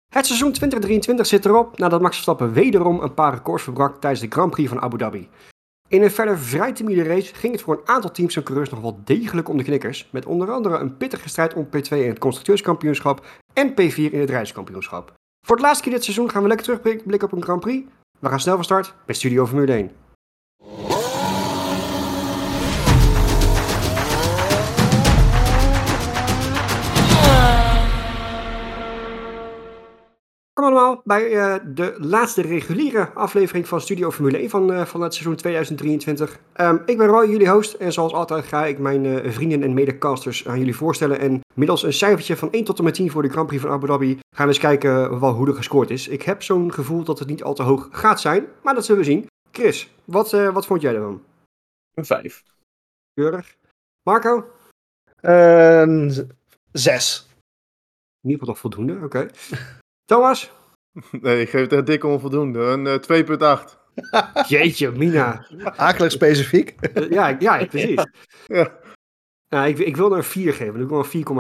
Het seizoen 2023 zit erop nadat Max Verstappen wederom een paar records verbrak tijdens de Grand Prix van Abu Dhabi. In een verder vrij timide race ging het voor een aantal teams en coureurs nog wel degelijk om de knikkers, met onder andere een pittige strijd om P2 in het constructeurskampioenschap en P4 in het rijderskampioenschap. Voor het laatste keer dit seizoen gaan we lekker terugblikken op een Grand Prix. We gaan snel van start met Studio Formule 1. Welkom allemaal bij de laatste reguliere aflevering van Studio Formule 1 van het seizoen 2023. Ik ben Roy, jullie host, en zoals altijd ga ik mijn vrienden en medecasters aan jullie voorstellen. En middels een cijfertje van 1 tot en met 10 voor de Grand Prix van Abu Dhabi gaan we eens kijken hoe er gescoord is. Ik heb zo'n gevoel dat het niet al te hoog gaat zijn, maar dat zullen we zien. Chris, wat vond jij ervan? Een 5. Keurig. Marco? 6. In ieder geval nog voldoende, oké. Thomas? Nee, ik geef het echt dik onvoldoende. Een 2,8. Jeetje, Mina. Akelig specifiek. Ja, precies. Ja. Nou, ik wil er een 4 geven, dan doe ik wel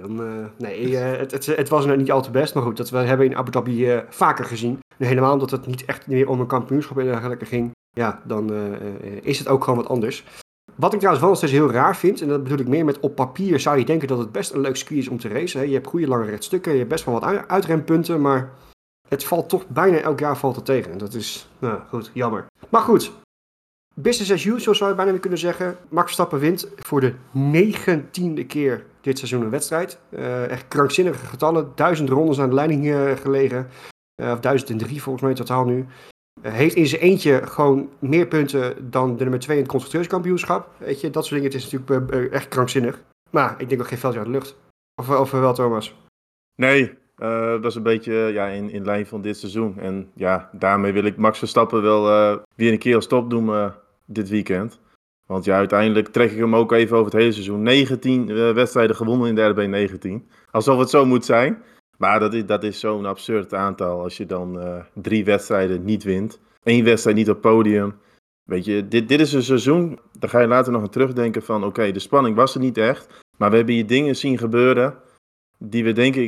een 4,2. Het was nou niet al te best, maar goed, we hebben in Abu Dhabi vaker gezien. En helemaal omdat het niet echt meer om een kampioenschap en dergelijke ging, ja, dan is het ook gewoon wat anders. Wat ik trouwens wel nog steeds heel raar vind, en dat bedoel ik meer met op papier zou je denken dat het best een leuk circuit is om te racen. Hè? Je hebt goede lange rechtstukken, je hebt best wel wat uitrempunten, maar het valt toch bijna elk jaar tegen. En dat is, nou goed, jammer. Maar goed, business as usual zou je bijna weer kunnen zeggen. Max Verstappen wint voor de 19e keer dit seizoen een wedstrijd. Echt krankzinnige getallen, 1000 rondes aan de leiding gelegen. Of 1003 volgens mij totaal nu. Heeft in zijn eentje gewoon meer punten dan de nummer 2 in het constructeurskampioenschap. Weet je, dat soort dingen, het is natuurlijk echt krankzinnig. Maar ik denk ook geen veldje uit de lucht. Of wel, Thomas? Nee, dat is een beetje in lijn van dit seizoen. En ja, daarmee wil ik Max Verstappen wel weer een keer als top doen dit weekend. Want ja, uiteindelijk trek ik hem ook even over het hele seizoen. 19 wedstrijden gewonnen in de RB19. Alsof het zo moet zijn. Maar dat is zo'n absurd aantal als je dan 3 wedstrijden niet wint. 1 wedstrijd niet op podium. Weet je, dit is een seizoen, daar ga je later nog aan terugdenken van oké, de spanning was er niet echt. Maar we hebben hier dingen zien gebeuren die we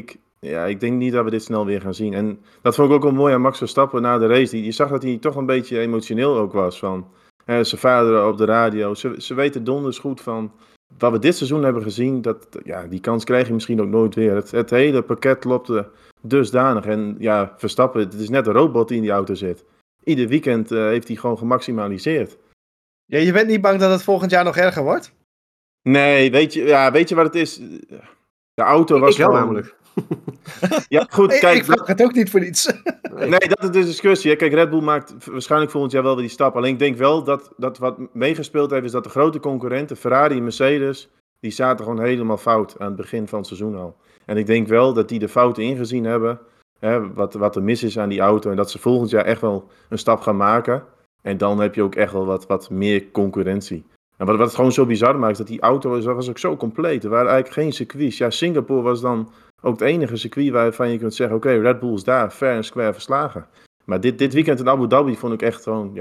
ik denk niet dat we dit snel weer gaan zien. En dat vond ik ook wel mooi aan Max Verstappen na de race. Je zag dat hij toch een beetje emotioneel ook was. Van zijn vader op de radio. Ze weten donders goed van wat we dit seizoen hebben gezien, die kans krijg je misschien ook nooit weer. Het hele pakket klopte dusdanig. En ja, Verstappen, het is net een robot die in die auto zit. Ieder weekend heeft hij gewoon gemaximaliseerd. Ja, je bent niet bang dat het volgend jaar nog erger wordt? Nee, weet je wat het is? De auto was ik wel namelijk. Ja, goed, kijk. Ik vraag het ook niet voor niets. Nee, dat is de discussie. Hè. Kijk, Red Bull maakt waarschijnlijk volgend jaar wel weer die stap. Alleen ik denk wel dat wat meegespeeld heeft, is dat de grote concurrenten, Ferrari en Mercedes, die zaten gewoon helemaal fout aan het begin van het seizoen al. En ik denk wel dat die de fouten ingezien hebben, hè, wat er mis is aan die auto, en dat ze volgend jaar echt wel een stap gaan maken. En dan heb je ook echt wel wat meer concurrentie. En wat het gewoon zo bizar maakt, is dat die auto was ook zo compleet. Er waren eigenlijk geen circuits. Ja, Singapore was dan ook het enige circuit waarvan je kunt zeggen, oké, Red Bull is daar, fair en square verslagen. Maar dit weekend in Abu Dhabi vond ik echt gewoon,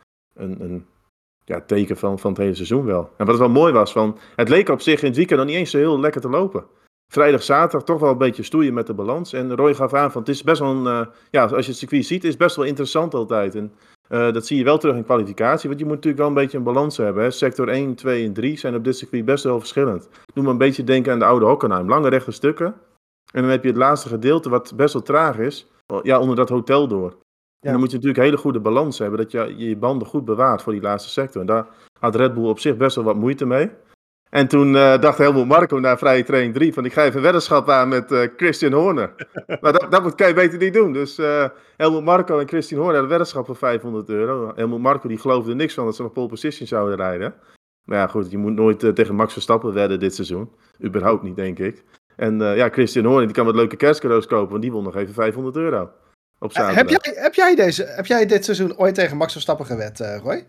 een teken van het hele seizoen wel. En wat wel mooi was, het leek op zich in het weekend nog niet eens zo heel lekker te lopen. Vrijdag, zaterdag toch wel een beetje stoeien met de balans. En Roy gaf aan van, het is best wel als je het circuit ziet, is het best wel interessant altijd. En dat zie je wel terug in kwalificatie, want je moet natuurlijk wel een beetje een balans hebben. Hè. Sector 1, 2 en 3 zijn op dit circuit best wel verschillend. Doe maar een beetje denken aan de oude Hockenheim. Lange rechte stukken. En dan heb je het laatste gedeelte, wat best wel traag is, onder dat hotel door. Ja. En dan moet je natuurlijk een hele goede balans hebben, dat je banden goed bewaart voor die laatste sector. En daar had Red Bull op zich best wel wat moeite mee. En toen dacht Helmut Marko na vrije training 3 van ik ga even een weddenschap aan met Christian Horner. Maar dat kan je beter niet doen. Dus Helmut Marko en Christian Horner hadden een weddenschap van €500. Helmut Marko die geloofde niks van dat ze nog pole position zouden rijden. Maar ja goed, je moet nooit tegen Max Verstappen wedden dit seizoen. Überhaupt niet, denk ik. En Christian Horner die kan wat leuke kerstcadeaus kopen, want die won nog even €500 op zaterdag. Heb jij dit seizoen ooit tegen Max Verstappen gewed, Roy?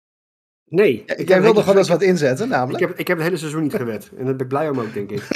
Nee. Jij wilde gewoon eens wat inzetten, namelijk. Ik heb het hele seizoen niet gewed. En daar ben ik blij om ook, denk ik.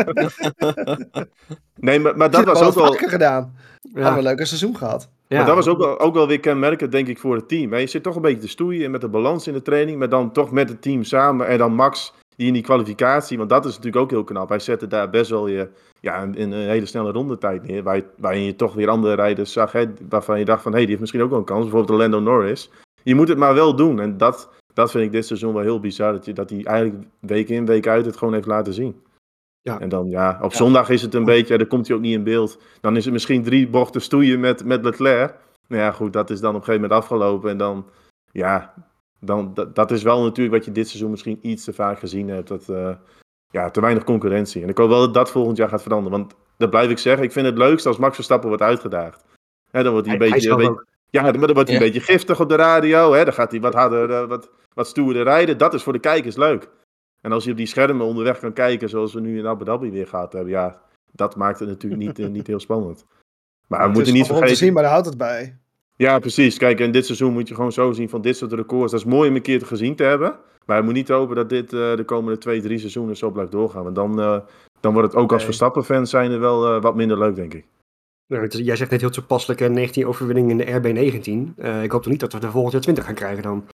Nee, maar dat was ook wel vaker gedaan. Ja. Hadden we een leuke seizoen gehad. Ja. Maar dat was ook wel weer kenmerkend, denk ik, voor het team. Je zit toch een beetje te stoeien met de balans in de training, maar dan toch met het team samen. En dan Max, die in die kwalificatie, want dat is natuurlijk ook heel knap. Hij zette daar best wel een hele snelle rondetijd neer, waarin je toch weer andere rijders zag, hè, waarvan je dacht van, die heeft misschien ook wel een kans. Bijvoorbeeld de Lando Norris. Je moet het maar wel doen. En dat vind ik dit seizoen wel heel bizar, dat hij eigenlijk week in, week uit het gewoon heeft laten zien. Ja. En dan, op zondag is het een beetje, dan komt hij ook niet in beeld. Dan is het misschien 3 bochten stoeien met Leclerc. Nou ja, goed, dat is dan op een gegeven moment afgelopen. En dan, dat is wel natuurlijk wat je dit seizoen misschien iets te vaak gezien hebt. Dat, te weinig concurrentie. En ik hoop wel dat dat volgend jaar gaat veranderen. Want dat blijf ik zeggen, ik vind het leukst als Max Verstappen wordt uitgedaagd. Hè, dan wordt hij een beetje giftig op de radio. Hè, dan gaat hij wat harder, wat stoerder rijden. Dat is voor de kijkers leuk. En als je op die schermen onderweg kan kijken, zoals we nu in Abu Dhabi weer gehad hebben, dat maakt het natuurlijk niet heel spannend. Maar we moeten niet vergeten... te zien, maar daar houdt het bij. Ja, precies. Kijk, en dit seizoen moet je gewoon zo zien van dit soort records. Dat is mooi om een keer gezien te hebben. Maar je moet niet hopen dat dit de komende 2-3 seizoenen zo blijft doorgaan. Want dan wordt het ook als Verstappen-fans zijn er wel wat minder leuk, denk ik. Nou, jij zegt net heel toepasselijk 19 overwinningen in de RB19. Ik hoop toch niet dat we de volgend jaar 20 gaan krijgen dan.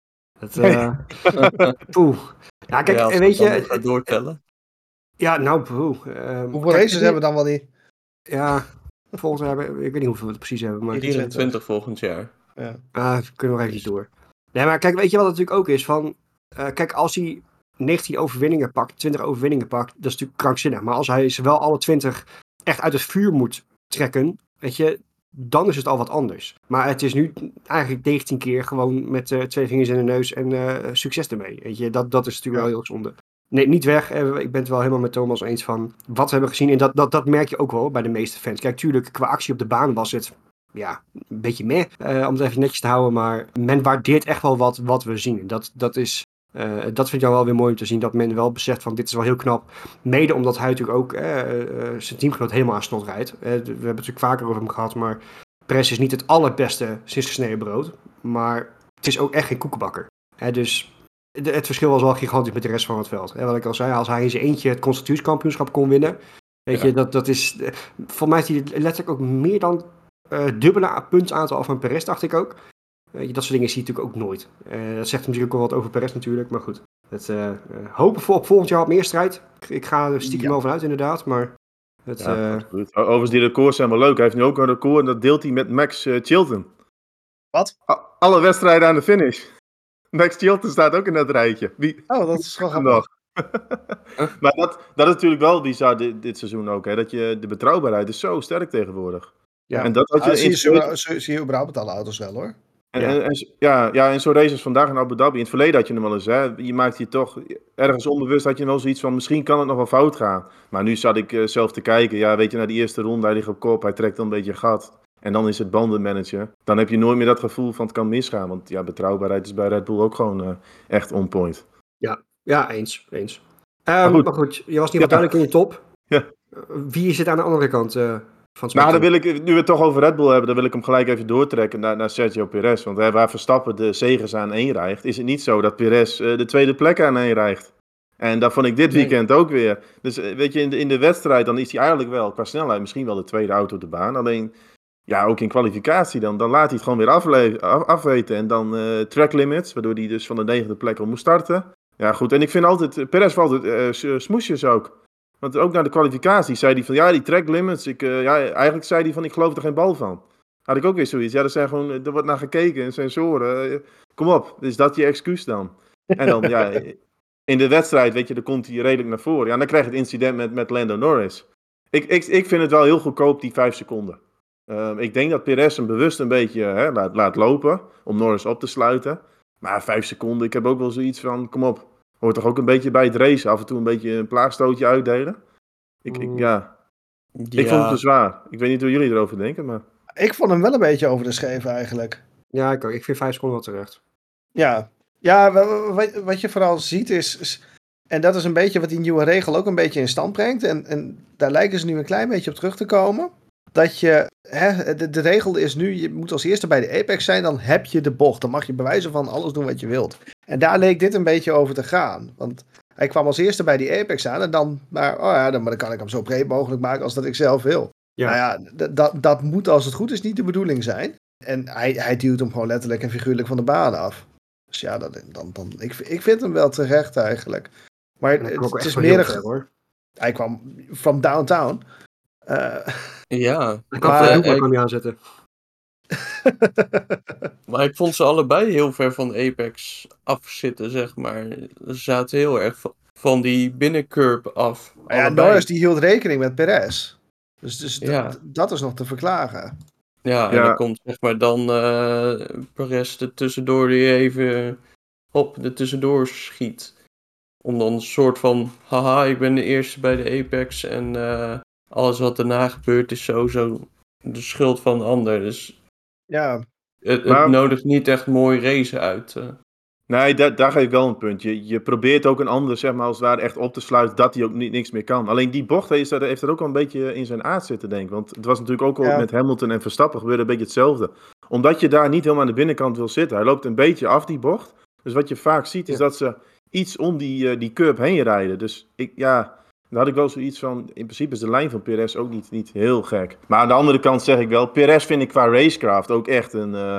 Poeh. Ja, kijk, weet je... Gaat doortellen. Ja, nou, hoeveel races hebben we dan wel niet? Ja, volgend jaar, ik weet niet hoeveel we het precies hebben. Maar 24 volgend jaar. Ja. We kunnen nog even door. Nee, maar kijk, weet je wat het natuurlijk ook is? Kijk, als hij 19 overwinningen pakt, 20 overwinningen pakt, dat is natuurlijk krankzinnig. Maar als hij ze wel alle 20 echt uit het vuur moet trekken, weet je, dan is het al wat anders. Maar het is nu eigenlijk 19 keer gewoon met 2 vingers in de neus en succes ermee. Weet je, dat is natuurlijk wel heel zonde. Nee, niet weg. Ik ben het wel helemaal met Thomas eens van wat we hebben gezien. En dat merk je ook wel bij de meeste fans. Kijk, tuurlijk, qua actie op de baan was het een beetje meh. Om het even netjes te houden. Maar men waardeert echt wel wat we zien. Dat vind ik dan wel weer mooi om te zien. Dat men wel beseft van dit is wel heel knap. Mede omdat hij natuurlijk ook zijn teamgenoot helemaal aan snot rijdt. We hebben het natuurlijk vaker over hem gehad. Maar Perez is niet het allerbeste sinds gesneden brood. Maar het is ook echt geen koekenbakker. Dus... Het verschil was wel gigantisch met de rest van het veld. Wat ik al zei, als hij in zijn eentje het constructeurskampioenschap kon winnen. Weet je, dat is... Voor mij is hij letterlijk ook meer dan dubbele puntsaantal af van Perez, dacht ik ook. Dat soort dingen zie je natuurlijk ook nooit. Dat zegt natuurlijk ook wel wat over Perez natuurlijk, maar goed. Hopen voor op volgend jaar op meer strijd. Ik ga er stiekem wel vanuit inderdaad, maar... Overigens, die records zijn wel leuk. Hij heeft nu ook een record en dat deelt hij met Max Chilton. Wat? Alle wedstrijden aan de finish. Max Chilton staat ook in dat rijtje. Dat is wel grappig. Maar dat is natuurlijk wel bizar dit seizoen ook. Hè? Dat de betrouwbaarheid is zo sterk tegenwoordig. Ja, en dat zie je überhaupt met alle auto's wel hoor. En zo'n races vandaag in Abu Dhabi. In het verleden had je hem wel eens. Hè? Je maakt je toch ergens onbewust had je wel zoiets van misschien kan het nog wel fout gaan. Maar nu zat ik zelf te kijken. Ja, weet je, naar die eerste ronde, hij ligt op kop. Hij trekt dan een beetje een gat. En dan is het bandenmanager. Dan heb je nooit meer dat gevoel van het kan misgaan. Want betrouwbaarheid is bij Red Bull ook gewoon echt on point. Ja, eens. Maar goed, je was niet wat duidelijk in je top. Ja. Wie zit aan de andere kant van het spectrum? Dan wil ik, nu we het toch over Red Bull hebben, dan wil ik hem gelijk even doortrekken naar Sergio Perez. Want waar Verstappen de zegens aan één rijgt, is het niet zo dat Perez de tweede plek aan één rijgt. En dat vond ik dit weekend ook weer. Dus weet je, in de wedstrijd, dan is hij eigenlijk wel qua snelheid misschien wel de tweede auto op de baan. Alleen... Ja, ook in kwalificatie dan laat hij het gewoon weer afweten. En dan track limits, waardoor hij dus van de 9e plek al moest starten. Ja, goed. En ik vind altijd, Perez valt altijd smoesjes ook. Want ook na de kwalificatie zei hij van, die track limits. Eigenlijk zei hij van, ik geloof er geen bal van. Had ik ook weer zoiets. Ja, er wordt naar gekeken en sensoren. Kom op, is dat je excuus dan? En dan, in de wedstrijd, weet je, dan komt hij redelijk naar voren. Ja, dan krijg je het incident met Lando Norris. Ik vind het wel heel goedkoop, die 5 seconden. Ik denk dat Perez hem bewust een beetje laat lopen om Norris op te sluiten. Maar 5 seconden, ik heb ook wel zoiets van, kom op. Hoort toch ook een beetje bij het racen, af en toe een beetje een plaagstootje uitdelen. Ik vond het te zwaar. Ik weet niet hoe jullie erover denken, maar... Ik vond hem wel een beetje over de scheef eigenlijk. Ja, ik vind 5 seconden wel terecht. Ja, wat je vooral ziet is... En dat is een beetje wat die nieuwe regel ook een beetje in stand brengt. En daar lijken ze nu een klein beetje op terug te komen. Dat je, de regel is nu, je moet als eerste bij de apex zijn, dan heb je de bocht. Dan mag je bewijzen van alles doen wat je wilt. En daar leek dit een beetje over te gaan. Want hij kwam als eerste bij die apex aan en dan, dan kan ik hem zo breed mogelijk maken als dat ik zelf wil. Ja. Nou ja, dat moet als het goed is niet de bedoeling zijn. En hij duwt hem gewoon letterlijk en figuurlijk van de baan af. Dus ja, ik vind hem wel terecht eigenlijk. Maar En hij kwam ook het echt is wel meer heel een... ver, hoor. Hij kwam from downtown. Ja, Hij kan Maar- voor de doel kan hij aanzetten. maar ik vond ze allebei heel ver van Apex afzitten, zeg maar. Ze zaten heel erg van die binnencurb af. Maar ja, allebei. Norris die hield rekening met Perez. Dus Ja. dat is nog te verklagen. Ja, en Ja. dan komt zeg maar dan Perez er tussendoor die even er tussendoor schiet. Om dan een soort van, haha, ik ben de eerste bij de Apex en alles wat daarna gebeurt is sowieso de schuld van een ander. Dus Ja, het Maar- nodigt niet echt mooi racen uit. Nee, daar geef ik wel een punt. Je probeert ook een ander, zeg maar, als het ware echt op te sluiten dat hij ook niks meer kan. Alleen die bocht heeft er ook wel een beetje in zijn aard zitten, denk ik. Want het was natuurlijk ook al Ja. met Hamilton en Verstappen gebeurde een beetje hetzelfde. Omdat je daar niet helemaal aan de binnenkant wil zitten. Hij loopt een beetje af, die bocht. Dus wat je vaak ziet is Ja. dat ze iets om die curb heen rijden. Dus daar had ik wel zoiets van, in principe is de lijn van Perez ook niet heel gek. Maar aan de andere kant zeg ik wel, Perez vind ik qua racecraft ook echt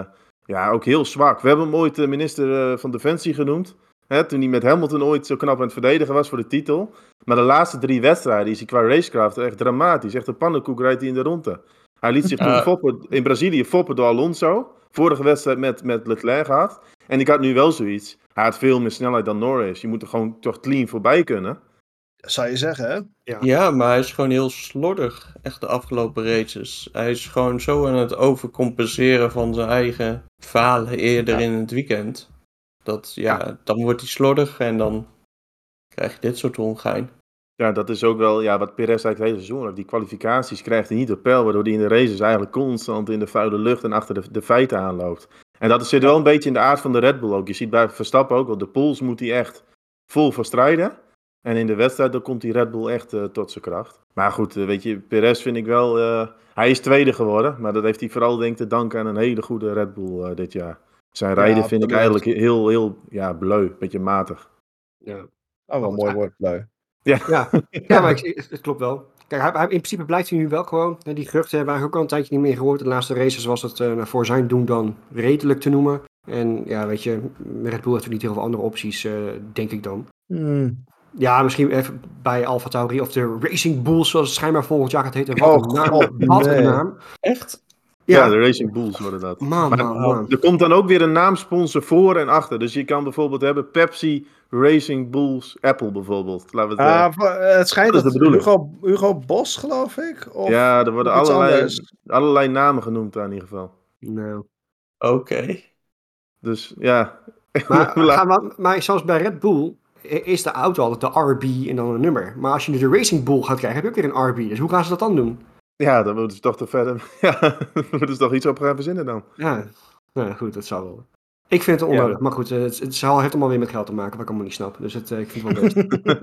ook heel zwak. We hebben hem ooit minister van Defensie genoemd. Hè, toen hij met Hamilton ooit zo knap aan het verdedigen was voor de titel. Maar de laatste 3 wedstrijden is hij qua racecraft echt dramatisch. Echt een pannenkoek rijdt hij in de ronde. Hij liet zich toen foppen, in Brazilië foppen door Alonso. Vorige wedstrijd met Leclerc gehad. En ik had nu wel zoiets. Hij had veel meer snelheid dan Norris. Je moet er gewoon toch clean voorbij kunnen. zou je zeggen, hè? Ja, maar hij is gewoon heel slordig, echt de afgelopen races. Hij is gewoon zo aan het overcompenseren van zijn eigen falen eerder in het weekend. Dat, dan wordt hij slordig en dan krijg je dit soort ongein. Ja, dat is ook wel wat Perez eigenlijk het hele seizoen heeft. Die kwalificaties krijgt hij niet op peil, waardoor hij in de races eigenlijk constant in de vuile lucht en achter de feiten aanloopt. En dat zit wel een beetje in de aard van de Red Bull ook. Je ziet bij Verstappen ook, want de pools moet hij echt vol voor strijden. En in de wedstrijd dan komt die Red Bull echt tot zijn kracht. Maar goed, weet je, Perez vind ik wel... hij is tweede geworden, maar dat heeft hij vooral denk ik te danken aan een hele goede Red Bull dit jaar. Zijn rijden vind ik absoluut. eigenlijk heel bleu, een beetje matig. Ja. Oh, wel een mooi woord, bleu. Ja, maar het klopt wel. Kijk, in principe blijft hij nu wel gewoon. Die geruchten hebben we ook al een tijdje niet meer gehoord. De laatste races was het voor zijn doen dan redelijk te noemen. En ja, weet je, Red Bull heeft ook niet heel veel andere opties, denk ik dan. Ja, misschien even bij Alfa Tauri of de Racing Bulls, zoals het schijnbaar volgend jaar gaat heten. Wat een naam. Wat een naam. Echt? Ja, de Racing Bulls worden dat. Man. Er komt dan ook weer een naamsponsor voor en achter. Dus je kan bijvoorbeeld hebben Pepsi, Racing Bulls, Apple bijvoorbeeld. Laten we Het schijnt dat is dat de bedoeling. Hugo Bos, geloof ik. Of ja, er worden iets anders. allerlei namen genoemd daar in ieder geval. Nou. Oké. Dus ja. Maar zelfs bij Red Bull is de auto altijd de RB en dan een nummer. Maar als je nu de Racing Bull gaat krijgen, heb je ook weer een RB. Dus hoe gaan ze dat dan doen? Ja, dan moeten ze toch te verder. Ja, dan moeten ze toch iets op gaan verzinnen dan. Ja, nou goed, dat zou wel. Ik vind het onnodig. Maar goed, het heeft allemaal weer met geld te maken, wat ik allemaal niet snap. Dus ik vind het wel best.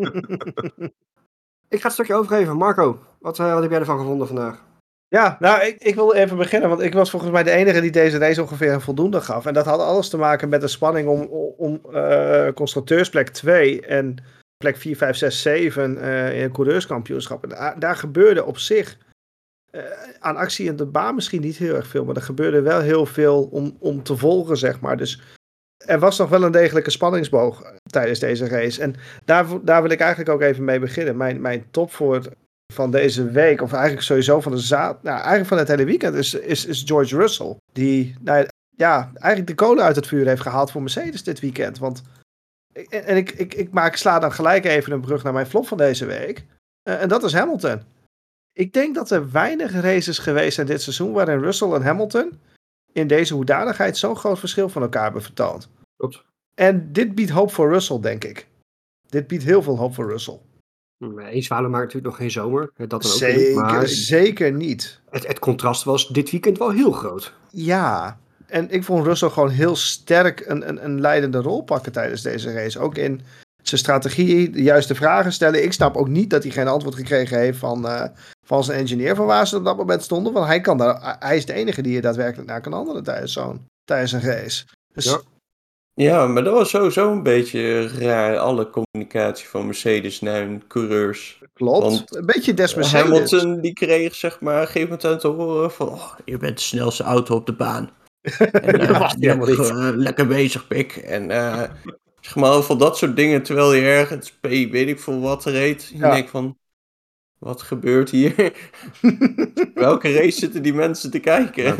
Ik ga het stukje overgeven. Marco, wat heb jij ervan gevonden vandaag? Ja, nou, ik wil even beginnen, want ik was volgens mij de enige die deze race ongeveer een voldoende gaf. En dat had alles te maken met de spanning om constructeursplek 2 en plek 4, 5, 6, 7 in het coureurskampioenschap. En daar gebeurde op zich aan actie in de baan misschien niet heel erg veel, maar er gebeurde wel heel veel om te volgen, zeg maar. Dus er was nog wel een degelijke spanningsboog tijdens deze race. En daar wil ik eigenlijk ook even mee beginnen. Mijn top van deze week, of eigenlijk sowieso van eigenlijk van het hele weekend, is George Russell. Die eigenlijk de kolen uit het vuur heeft gehaald voor Mercedes dit weekend. Want ik sla dan gelijk even een brug naar mijn flop van deze week. En dat is Hamilton. Ik denk dat er weinig races geweest zijn dit seizoen waarin Russell en Hamilton in deze hoedanigheid zo'n groot verschil van elkaar hebben vertoond. Klopt. En dit biedt hoop voor Russell, denk ik. Dit biedt heel veel hoop voor Russell. Eén zwaluw maakt natuurlijk nog geen zomer. Dat dan ook niet, maar zeker niet. Het contrast was dit weekend wel heel groot. Ja, en ik vond Russell gewoon heel sterk een leidende rol pakken tijdens deze race. Ook in zijn strategie, de juiste vragen stellen. Ik snap ook niet dat hij geen antwoord gekregen heeft van zijn engineer van waar ze op dat moment stonden. Want hij is de enige die je daadwerkelijk naar kan handelen tijdens een race. Dus Ja, maar dat was sowieso een beetje raar, alle communicatie van Mercedes naar hun coureurs. klopt, Want een beetje des Mercedes. Hamilton die kreeg zeg maar op een gegeven moment te horen van je bent de snelste auto op de baan. En, Dat was hij helemaal niet. lekker bezig, pik. En zeg maar, van dat soort dingen, terwijl je ergens P, weet ik veel wat reed. Je Ja. denkt van, wat gebeurt hier? Welke race zitten die mensen te kijken? Ja.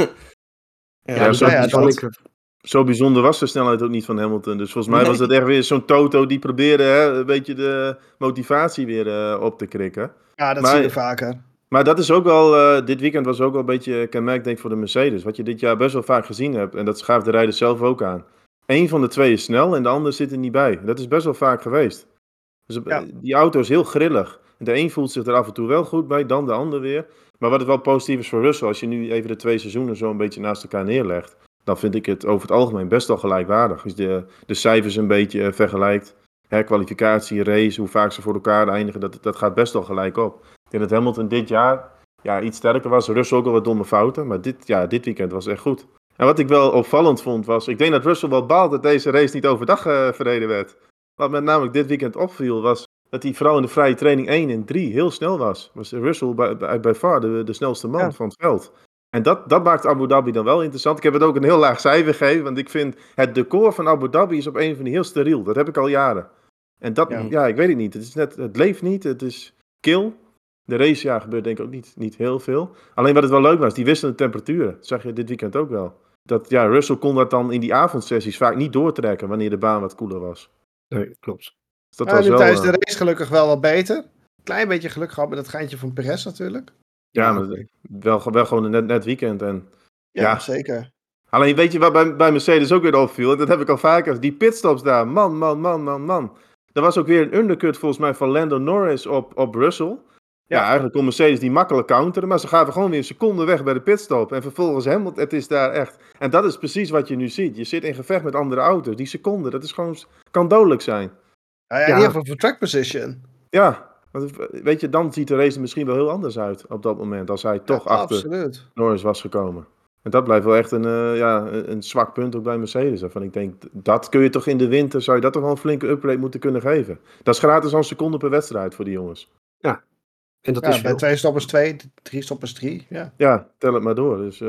Ja, zo- dat dat- ik... Zo bijzonder was de snelheid ook niet van Hamilton. Dus volgens mij was Nee. het echt weer zo'n Toto die probeerde een beetje de motivatie weer op te krikken. Ja, dat Maar- zie je vaker. Maar dat is ook wel, dit weekend was ook wel een beetje kenmerkend denk ik voor de Mercedes. Wat je dit jaar best wel vaak gezien hebt, en dat schuift de rijders zelf ook aan. Eén van de twee is snel en de ander zit er niet bij. Dat is best wel vaak geweest. Dus Ja. die auto is heel grillig. De een voelt zich er af en toe wel goed bij, dan de ander weer. Maar wat het wel positief is voor Russell, als je nu even de 2 seizoenen zo een beetje naast elkaar neerlegt, dan vind ik het over het algemeen best wel gelijkwaardig. Als je de cijfers een beetje vergelijkt, kwalificatie, race, hoe vaak ze voor elkaar eindigen, dat gaat best wel gelijk op. Ik denk dat Hamilton dit jaar iets sterker was. Russell ook wel wat domme fouten, maar dit weekend was echt goed. En wat ik wel opvallend vond was, ik denk dat Russell wel baalt dat deze race niet overdag verreden werd. Wat met namelijk dit weekend opviel was dat hij vooral in de vrije training 1 en 3 heel snel was. Was Russell bij far de snelste man van het veld. En dat maakt Abu Dhabi dan wel interessant. Ik heb het ook een heel laag cijfer gegeven, want ik vind het decor van Abu Dhabi is op een van die heel steriel. Dat heb ik al jaren. En dat, ik weet het niet. Het leeft niet, het is kil. De race gebeurt denk ik ook niet heel veel. Alleen wat het wel leuk was, die wisselende temperaturen. Dat zag je dit weekend ook wel. Dat Russell kon dat dan in die avondsessies vaak niet doortrekken wanneer de baan wat koeler was. Nee, klopt. Dus dat Ja, was nu wel, tijdens de race gelukkig wel wat beter. Klein beetje geluk gehad met dat geintje van Perez natuurlijk. maar oké. wel gewoon een net weekend. En, Ja, zeker. Alleen weet je wat bij Mercedes ook weer opviel? En dat heb ik al vaker. Die pitstops daar. Man. Er was ook weer een undercut volgens mij van Lando Norris op Russell. Ja, eigenlijk kon Mercedes die makkelijk counteren. Maar ze gaven gewoon weer een seconde weg bij de pitstop. En vervolgens Hamilton, het is daar echt. En dat is precies wat je nu ziet. Je zit in gevecht met andere auto's. Die seconde, dat is gewoon, kan dodelijk zijn. Ja, in ieder geval voor track position. Ja, want weet je, dan ziet de race er misschien wel heel anders uit op dat moment. Als hij toch achter Absoluut. Norris was gekomen. En dat blijft wel echt een zwak punt ook bij Mercedes. Waarvan ik denk, dat kun je toch in de winter, zou je dat toch wel een flinke upgrade moeten kunnen geven. Dat is gratis al een seconde per wedstrijd voor die jongens. En dat Ja, is bij veel. 2 stoppers 2, 3 stoppers 3. Ja, Ja, tel het maar door. Dus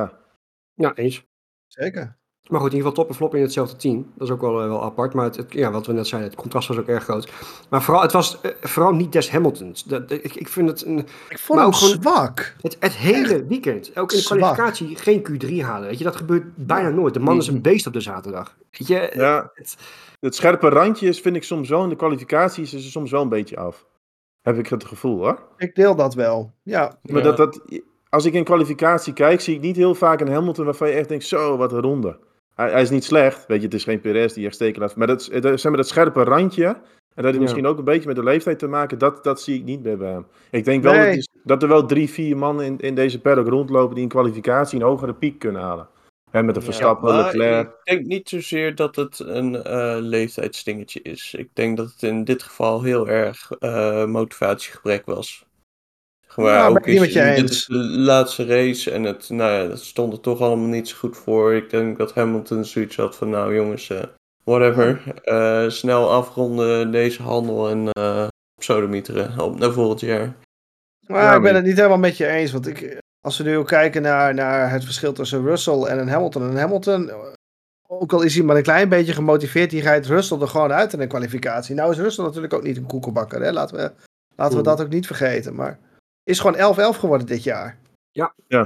Ja, eens. zeker. Maar goed, in ieder geval top en flop in hetzelfde team. Dat is ook wel apart. Maar wat we net zeiden, het contrast was ook erg groot. Maar vooral, het was vooral niet des Hamiltons. Ik vind het Ik vond Maar hem ook gewoon- zwak. het hele weekend. Ook in de Zwak. kwalificatie geen Q3 halen. Weet je, dat gebeurt bijna nooit. De man is een beest op de zaterdag. Weet je, ja, het scherpe randje vind ik soms wel in de kwalificaties is er soms wel een beetje af. Heb ik het gevoel hoor. Ik deel dat wel. Ja, Maar Ja. als ik in kwalificatie kijk, zie ik niet heel vaak een Hamilton waarvan je echt denkt, zo, wat een ronde. Hij is niet slecht, weet je, het is geen Perez die echt steken laat. Maar dat scherpe randje, en dat heeft misschien ook een beetje met de leeftijd te maken, dat zie ik niet meer bij hem. Ik denk wel Nee. dat er wel 3-4 mannen in deze paddock rondlopen die in kwalificatie een hogere piek kunnen halen. Hè, met een Verstappen, maar Leclerc. ik denk niet zozeer dat het een leeftijdsdingetje is. Ik denk dat het in dit geval heel erg motivatiegebrek was. Ja, Maar ben ook ik niet met je dit eens. is de laatste race en dat stond er toch allemaal niet zo goed voor. Ik denk dat Hamilton zoiets had van, nou jongens, whatever. Snel afronden deze handel en sodemieteren op naar volgend jaar. maar Ja, ik ben maar- het niet helemaal met je eens. Want als we nu ook kijken naar het verschil tussen Russell en een Hamilton. En Hamilton, ook al is hij maar een klein beetje gemotiveerd, die rijdt Russell er gewoon uit in de kwalificatie. Nou is Russell natuurlijk ook niet een koekenbakker. Hè? Laten we dat ook niet vergeten. Maar is gewoon 11-11 geworden dit jaar. Ja.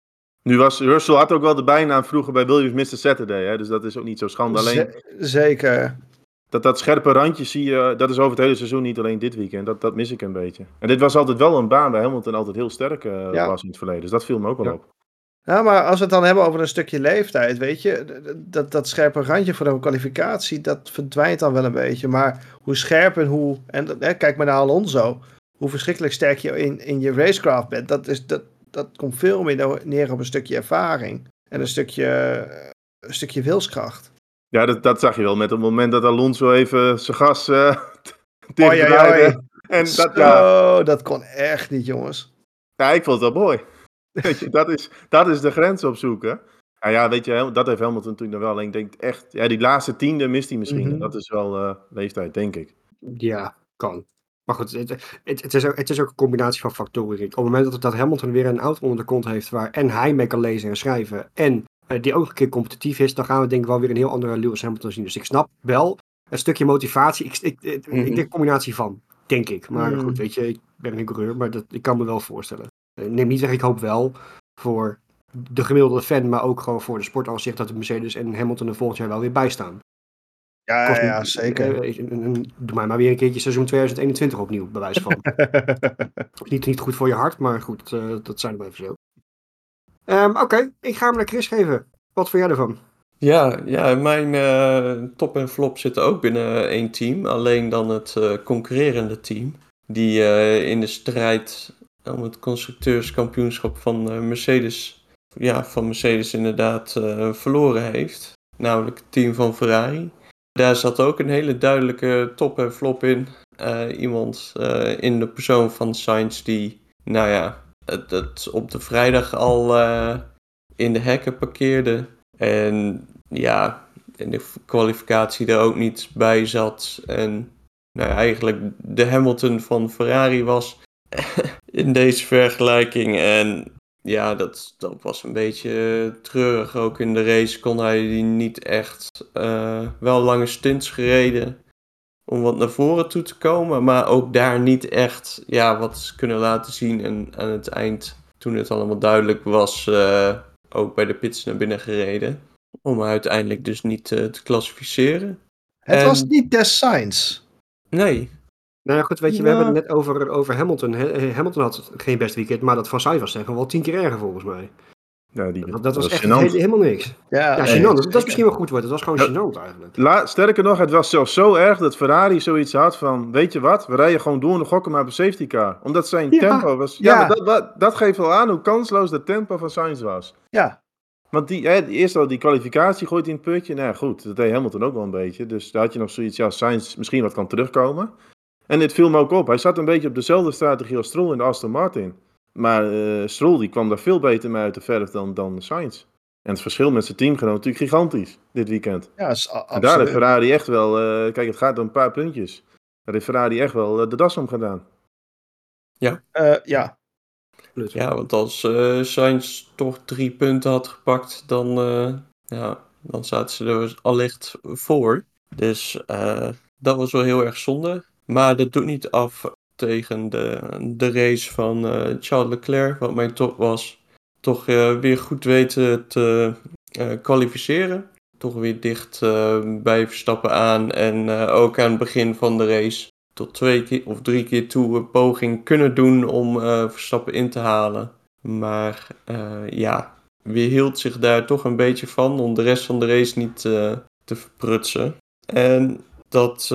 Nu Russell had ook wel de bijnaam vroeger bij Williams Mr. Saturday, hè? Dus dat is ook niet zo schande. Alleen Zeker. dat scherpe randje zie je, dat is over het hele seizoen, niet alleen dit weekend. Dat mis ik een beetje. En dit was altijd wel een baan waar Hamilton altijd heel sterk was in het verleden. Dus dat viel me ook wel Ja. op. Ja, maar als we het dan hebben over een stukje leeftijd, weet je, dat scherpe randje voor de kwalificatie, dat verdwijnt dan wel een beetje. Maar hoe scherp kijk maar naar Alonso, hoe verschrikkelijk sterk je in je racecraft bent, dat komt veel meer neer op een stukje ervaring en een stukje wilskracht. Ja, dat zag je wel met het moment dat Alonso even zijn gas Oei, dichtdraaide. oei, oei. En Zo, dat kon echt niet, jongens. ja, ik vond het wel mooi. Weet je, dat is de grens opzoeken. Nou ja, weet je, dat heeft Hamilton natuurlijk nog wel. Alleen ik denk echt, ja, die laatste tiende mist hij misschien. Mhm. En dat is wel leeftijd, denk ik. Ja, kan. Maar goed, het is ook een combinatie van factoren, Rick. Op het moment dat Hamilton weer een auto onder de kont heeft waar en hij mee kan lezen en schrijven en die ook een keer competitief is, dan gaan we denk ik wel weer een heel andere Lewis Hamilton zien. Dus ik snap wel een stukje motivatie. Ik Mhm. denk een combinatie van, denk ik. Maar Hmm. goed, weet je, ik ben geen coureur, maar ik kan me wel voorstellen. Neem niet weg, ik hoop wel voor de gemiddelde fan, maar ook gewoon voor de sport als zich dat de Mercedes en Hamilton er volgend jaar wel weer bij staan. Kost Ja, niet, zeker. doe mij maar weer een keertje seizoen 2021 opnieuw, bij wijze van. Niet goed voor je hart, maar goed, dat zijn we even zo. Oké, ik ga hem naar Chris geven. Wat vind jij ervan? Ja, mijn top en flop zitten ook binnen één team. Alleen dan het concurrerende team. Die in de strijd om het constructeurskampioenschap van Mercedes... Ja, van Mercedes inderdaad verloren heeft. Namelijk het team van Ferrari. Daar zat ook een hele duidelijke top en flop in. Iemand in de persoon van Sainz die, nou ja, het op de vrijdag al in de hekken parkeerde. En ja, in de kwalificatie er ook niet bij zat. En nou ja, eigenlijk de Hamilton van Ferrari was in deze vergelijking. En ja, dat was een beetje treurig. Ook in de race kon hij die niet echt wel lange stints gereden om wat naar voren toe te komen. Maar ook daar niet echt wat kunnen laten zien. En aan het eind, toen het allemaal duidelijk was, ook bij de pits naar binnen gereden. Om uiteindelijk dus niet te klassificeren. Het was En- niet des Sainz. Nee, Nou ja, goed, weet je, we Ja. hebben het net over Hamilton. Hamilton had geen best weekend, maar dat van Sainz was gewoon wel 10 keer erger volgens mij. Ja, Dat was echt gênant. helemaal niks. Ja, nee, gênant. Dat is zeker. misschien wel goed woord. Het was gewoon Ja. gênant eigenlijk. Sterker nog, het was zelfs zo erg dat Ferrari zoiets had van, weet je wat, we rijden gewoon door en gokken maar op een safety car. Omdat zijn Ja, tempo was... ja. maar dat geeft wel aan hoe kansloos dat tempo van Sainz was. Ja, Want eerst al die kwalificatie gooit in het putje. Nou ja, goed, dat deed Hamilton ook wel een beetje. Dus daar had je nog zoiets, Sainz misschien wat kan terugkomen. En dit viel me ook op. Hij zat een beetje op dezelfde strategie als Stroll in de Aston Martin. Maar Stroll die kwam daar veel beter mee uit de verf dan Sainz. En het verschil met zijn teamgenoot natuurlijk gigantisch dit weekend. ja, is En daar heeft absoluut. Ferrari echt wel, kijk het gaat om een paar puntjes. Daar heeft Ferrari echt wel de das om gedaan. Ja, Absoluut. ja, want als Sainz toch 3 punten had gepakt, dan zaten ze er allicht voor. Dus dat was wel heel erg zonde. Maar dat doet niet af tegen de race van Charles Leclerc, wat mijn top was. Toch weer goed weten te kwalificeren. Toch weer dicht bij Verstappen aan. En ook aan het begin van de race tot 2 keer of 3 keer toe een poging kunnen doen om Verstappen in te halen. Maar weerhield zich daar toch een beetje van om de rest van de race niet te verprutsen. En dat,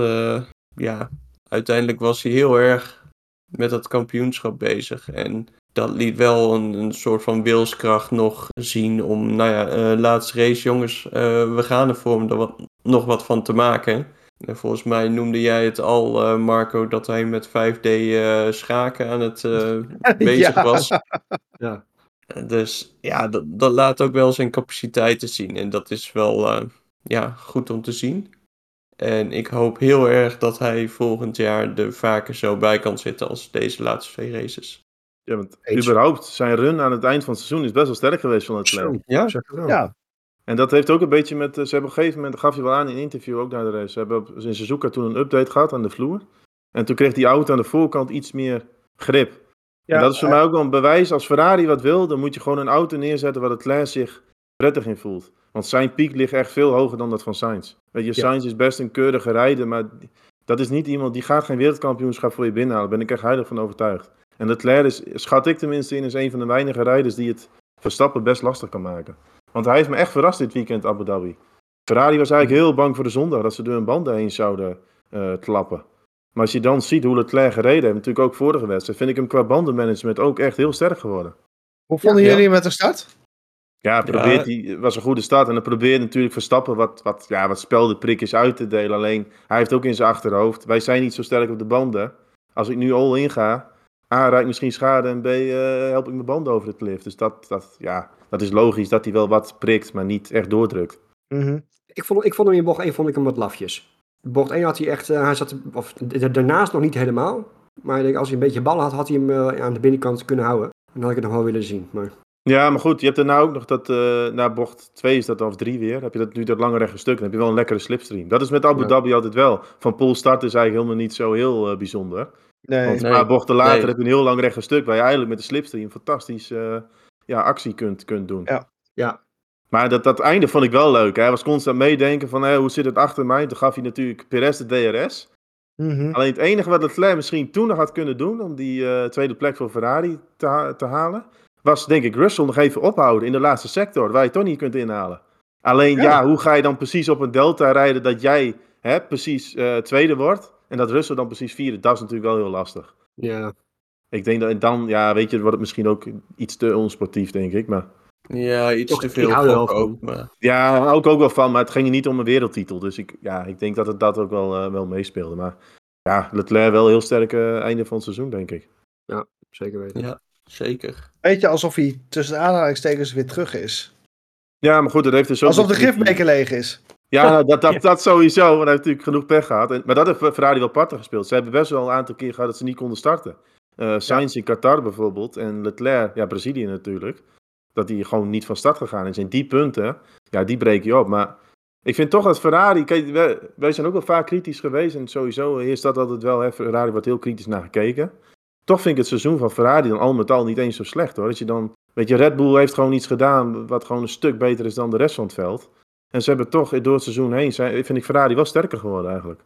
uiteindelijk was hij heel erg met dat kampioenschap bezig. En dat liet wel een soort van wilskracht nog zien om, laatste race jongens, we gaan ervoor om er nog wat van te maken. En volgens mij noemde jij het al, Marco, dat hij met 5D schaken aan het bezig Ja. was. Ja. Dus ja, dat laat ook wel zijn capaciteiten zien. En dat is wel goed om te zien. En ik hoop heel erg dat hij volgend jaar er vaker zo bij kan zitten als deze laatste 2 races. Ja, want Eens. überhaupt zijn run aan het eind van het seizoen is best wel sterk geweest van Leclerc. Zo, Ja. zeg het wel. Ja, En dat heeft ook een beetje met... Ze hebben op een gegeven moment, dat gaf je wel aan in een interview ook naar de race. Ze hebben in Suzuka toen een update gehad aan de vloer. En toen kreeg die auto aan de voorkant iets meer grip. ja, En dat is voor mij ook wel een bewijs. Als Ferrari wat wil, dan moet je gewoon een auto neerzetten waar Leclerc zich prettig in voelt. Want zijn piek ligt echt veel hoger dan dat van Sainz. Weet je, Ja. Sainz is best een keurige rijder, maar dat is niet iemand die gaat geen wereldkampioenschap voor je binnenhalen. Daar ben ik echt heilig van overtuigd. En Leclerc is, schat ik tenminste in, is een van de weinige rijders die het Verstappen best lastig kan maken. Want hij heeft me echt verrast dit weekend Abu Dhabi. Ferrari was eigenlijk heel bang voor de zondag dat ze door hun banden heen zouden klappen. Maar als je dan ziet hoe Leclerc gereden heeft, natuurlijk ook vorige wedstrijd, vind ik hem qua bandenmanagement ook echt heel sterk geworden. Hoe vonden Ja. jullie hem met de start? Ja, was een goede start. En dan probeert natuurlijk Verstappen wat speldenprikjes uit te delen. Alleen, hij heeft ook in zijn achterhoofd, wij zijn niet zo sterk op de banden. Als ik nu all in ga, A, rijd ik misschien schade en B, help ik mijn banden over de cliff. Dus dat is logisch dat hij wel wat prikt, maar niet echt doordrukt. Mhm. Ik vond hem in bocht 1 vond ik hem wat lafjes. Bocht 1 had hij echt, hij zat, of daarnaast nog niet helemaal. Maar ik denk, als hij een beetje bal had, had hij hem aan de binnenkant kunnen houden. En dan had ik het nog wel willen zien. Maar Ja, maar goed, je hebt er nou ook nog dat, na bocht 2 is dat of 3 weer, heb je dat nu dat lange rechte stuk, dan heb je wel een lekkere slipstream. Dat is met Abu Ja. Dhabi altijd wel. Van pole start is eigenlijk helemaal niet zo heel bijzonder. Nee. Want een Nee. paar bochten later Nee. heb je een heel lang rechte stuk, waar je eigenlijk met de slipstream fantastisch actie kunt doen. Ja. Ja, Maar dat einde vond ik wel leuk. Hij was constant meedenken van, hoe zit het achter mij? Toen gaf hij natuurlijk Perez de DRS. Mhm. Alleen het enige wat Leclerc misschien toen nog had kunnen doen om die tweede plek voor Ferrari te halen, was denk ik Russell nog even ophouden in de laatste sector, waar je toch niet kunt inhalen. Alleen Ja. hoe ga je dan precies op een delta rijden dat jij precies tweede wordt en dat Russell dan precies vierde? Dat is natuurlijk wel heel lastig. ja. Ik denk dat dan, weet je, wordt het misschien ook iets te onsportief, denk ik. Maar Ja, iets Toch, te ik veel hou er wel gokken van. ook. Maar... ja, daar hou ik ook wel van, maar het ging er niet om een wereldtitel. Dus ik denk dat het dat ook wel meespeelde. Maar ja, Leclerc wel een heel sterk einde van het seizoen, denk ik. Zeker weten. Ja, zeker. Beetje alsof hij tussen de aanhalingstekens weer terug is. Ja, maar goed, dat heeft dus ook... Alsof de iets met die- gifbeker leeg is. Ja, nou, dat sowieso, want hij heeft natuurlijk genoeg pech gehad. Maar dat heeft Ferrari wel parten gespeeld. Ze hebben best wel een aantal keer gehad dat ze niet konden starten. Sainz in Qatar bijvoorbeeld en Leclerc, Brazilië natuurlijk. Dat hij gewoon niet van start gegaan is. En die punten, die breek je op. Maar ik vind toch dat Ferrari... Kijk, wij zijn ook wel vaak kritisch geweest. En sowieso is dat altijd wel... Ferrari wordt heel kritisch naar gekeken. Toch vind ik het seizoen van Ferrari dan al met al niet eens zo slecht, hoor. Dat je dan... Weet je, Red Bull heeft gewoon iets gedaan wat gewoon een stuk beter is dan de rest van het veld. En ze hebben toch door het seizoen heen, vind ik Ferrari wel sterker geworden eigenlijk.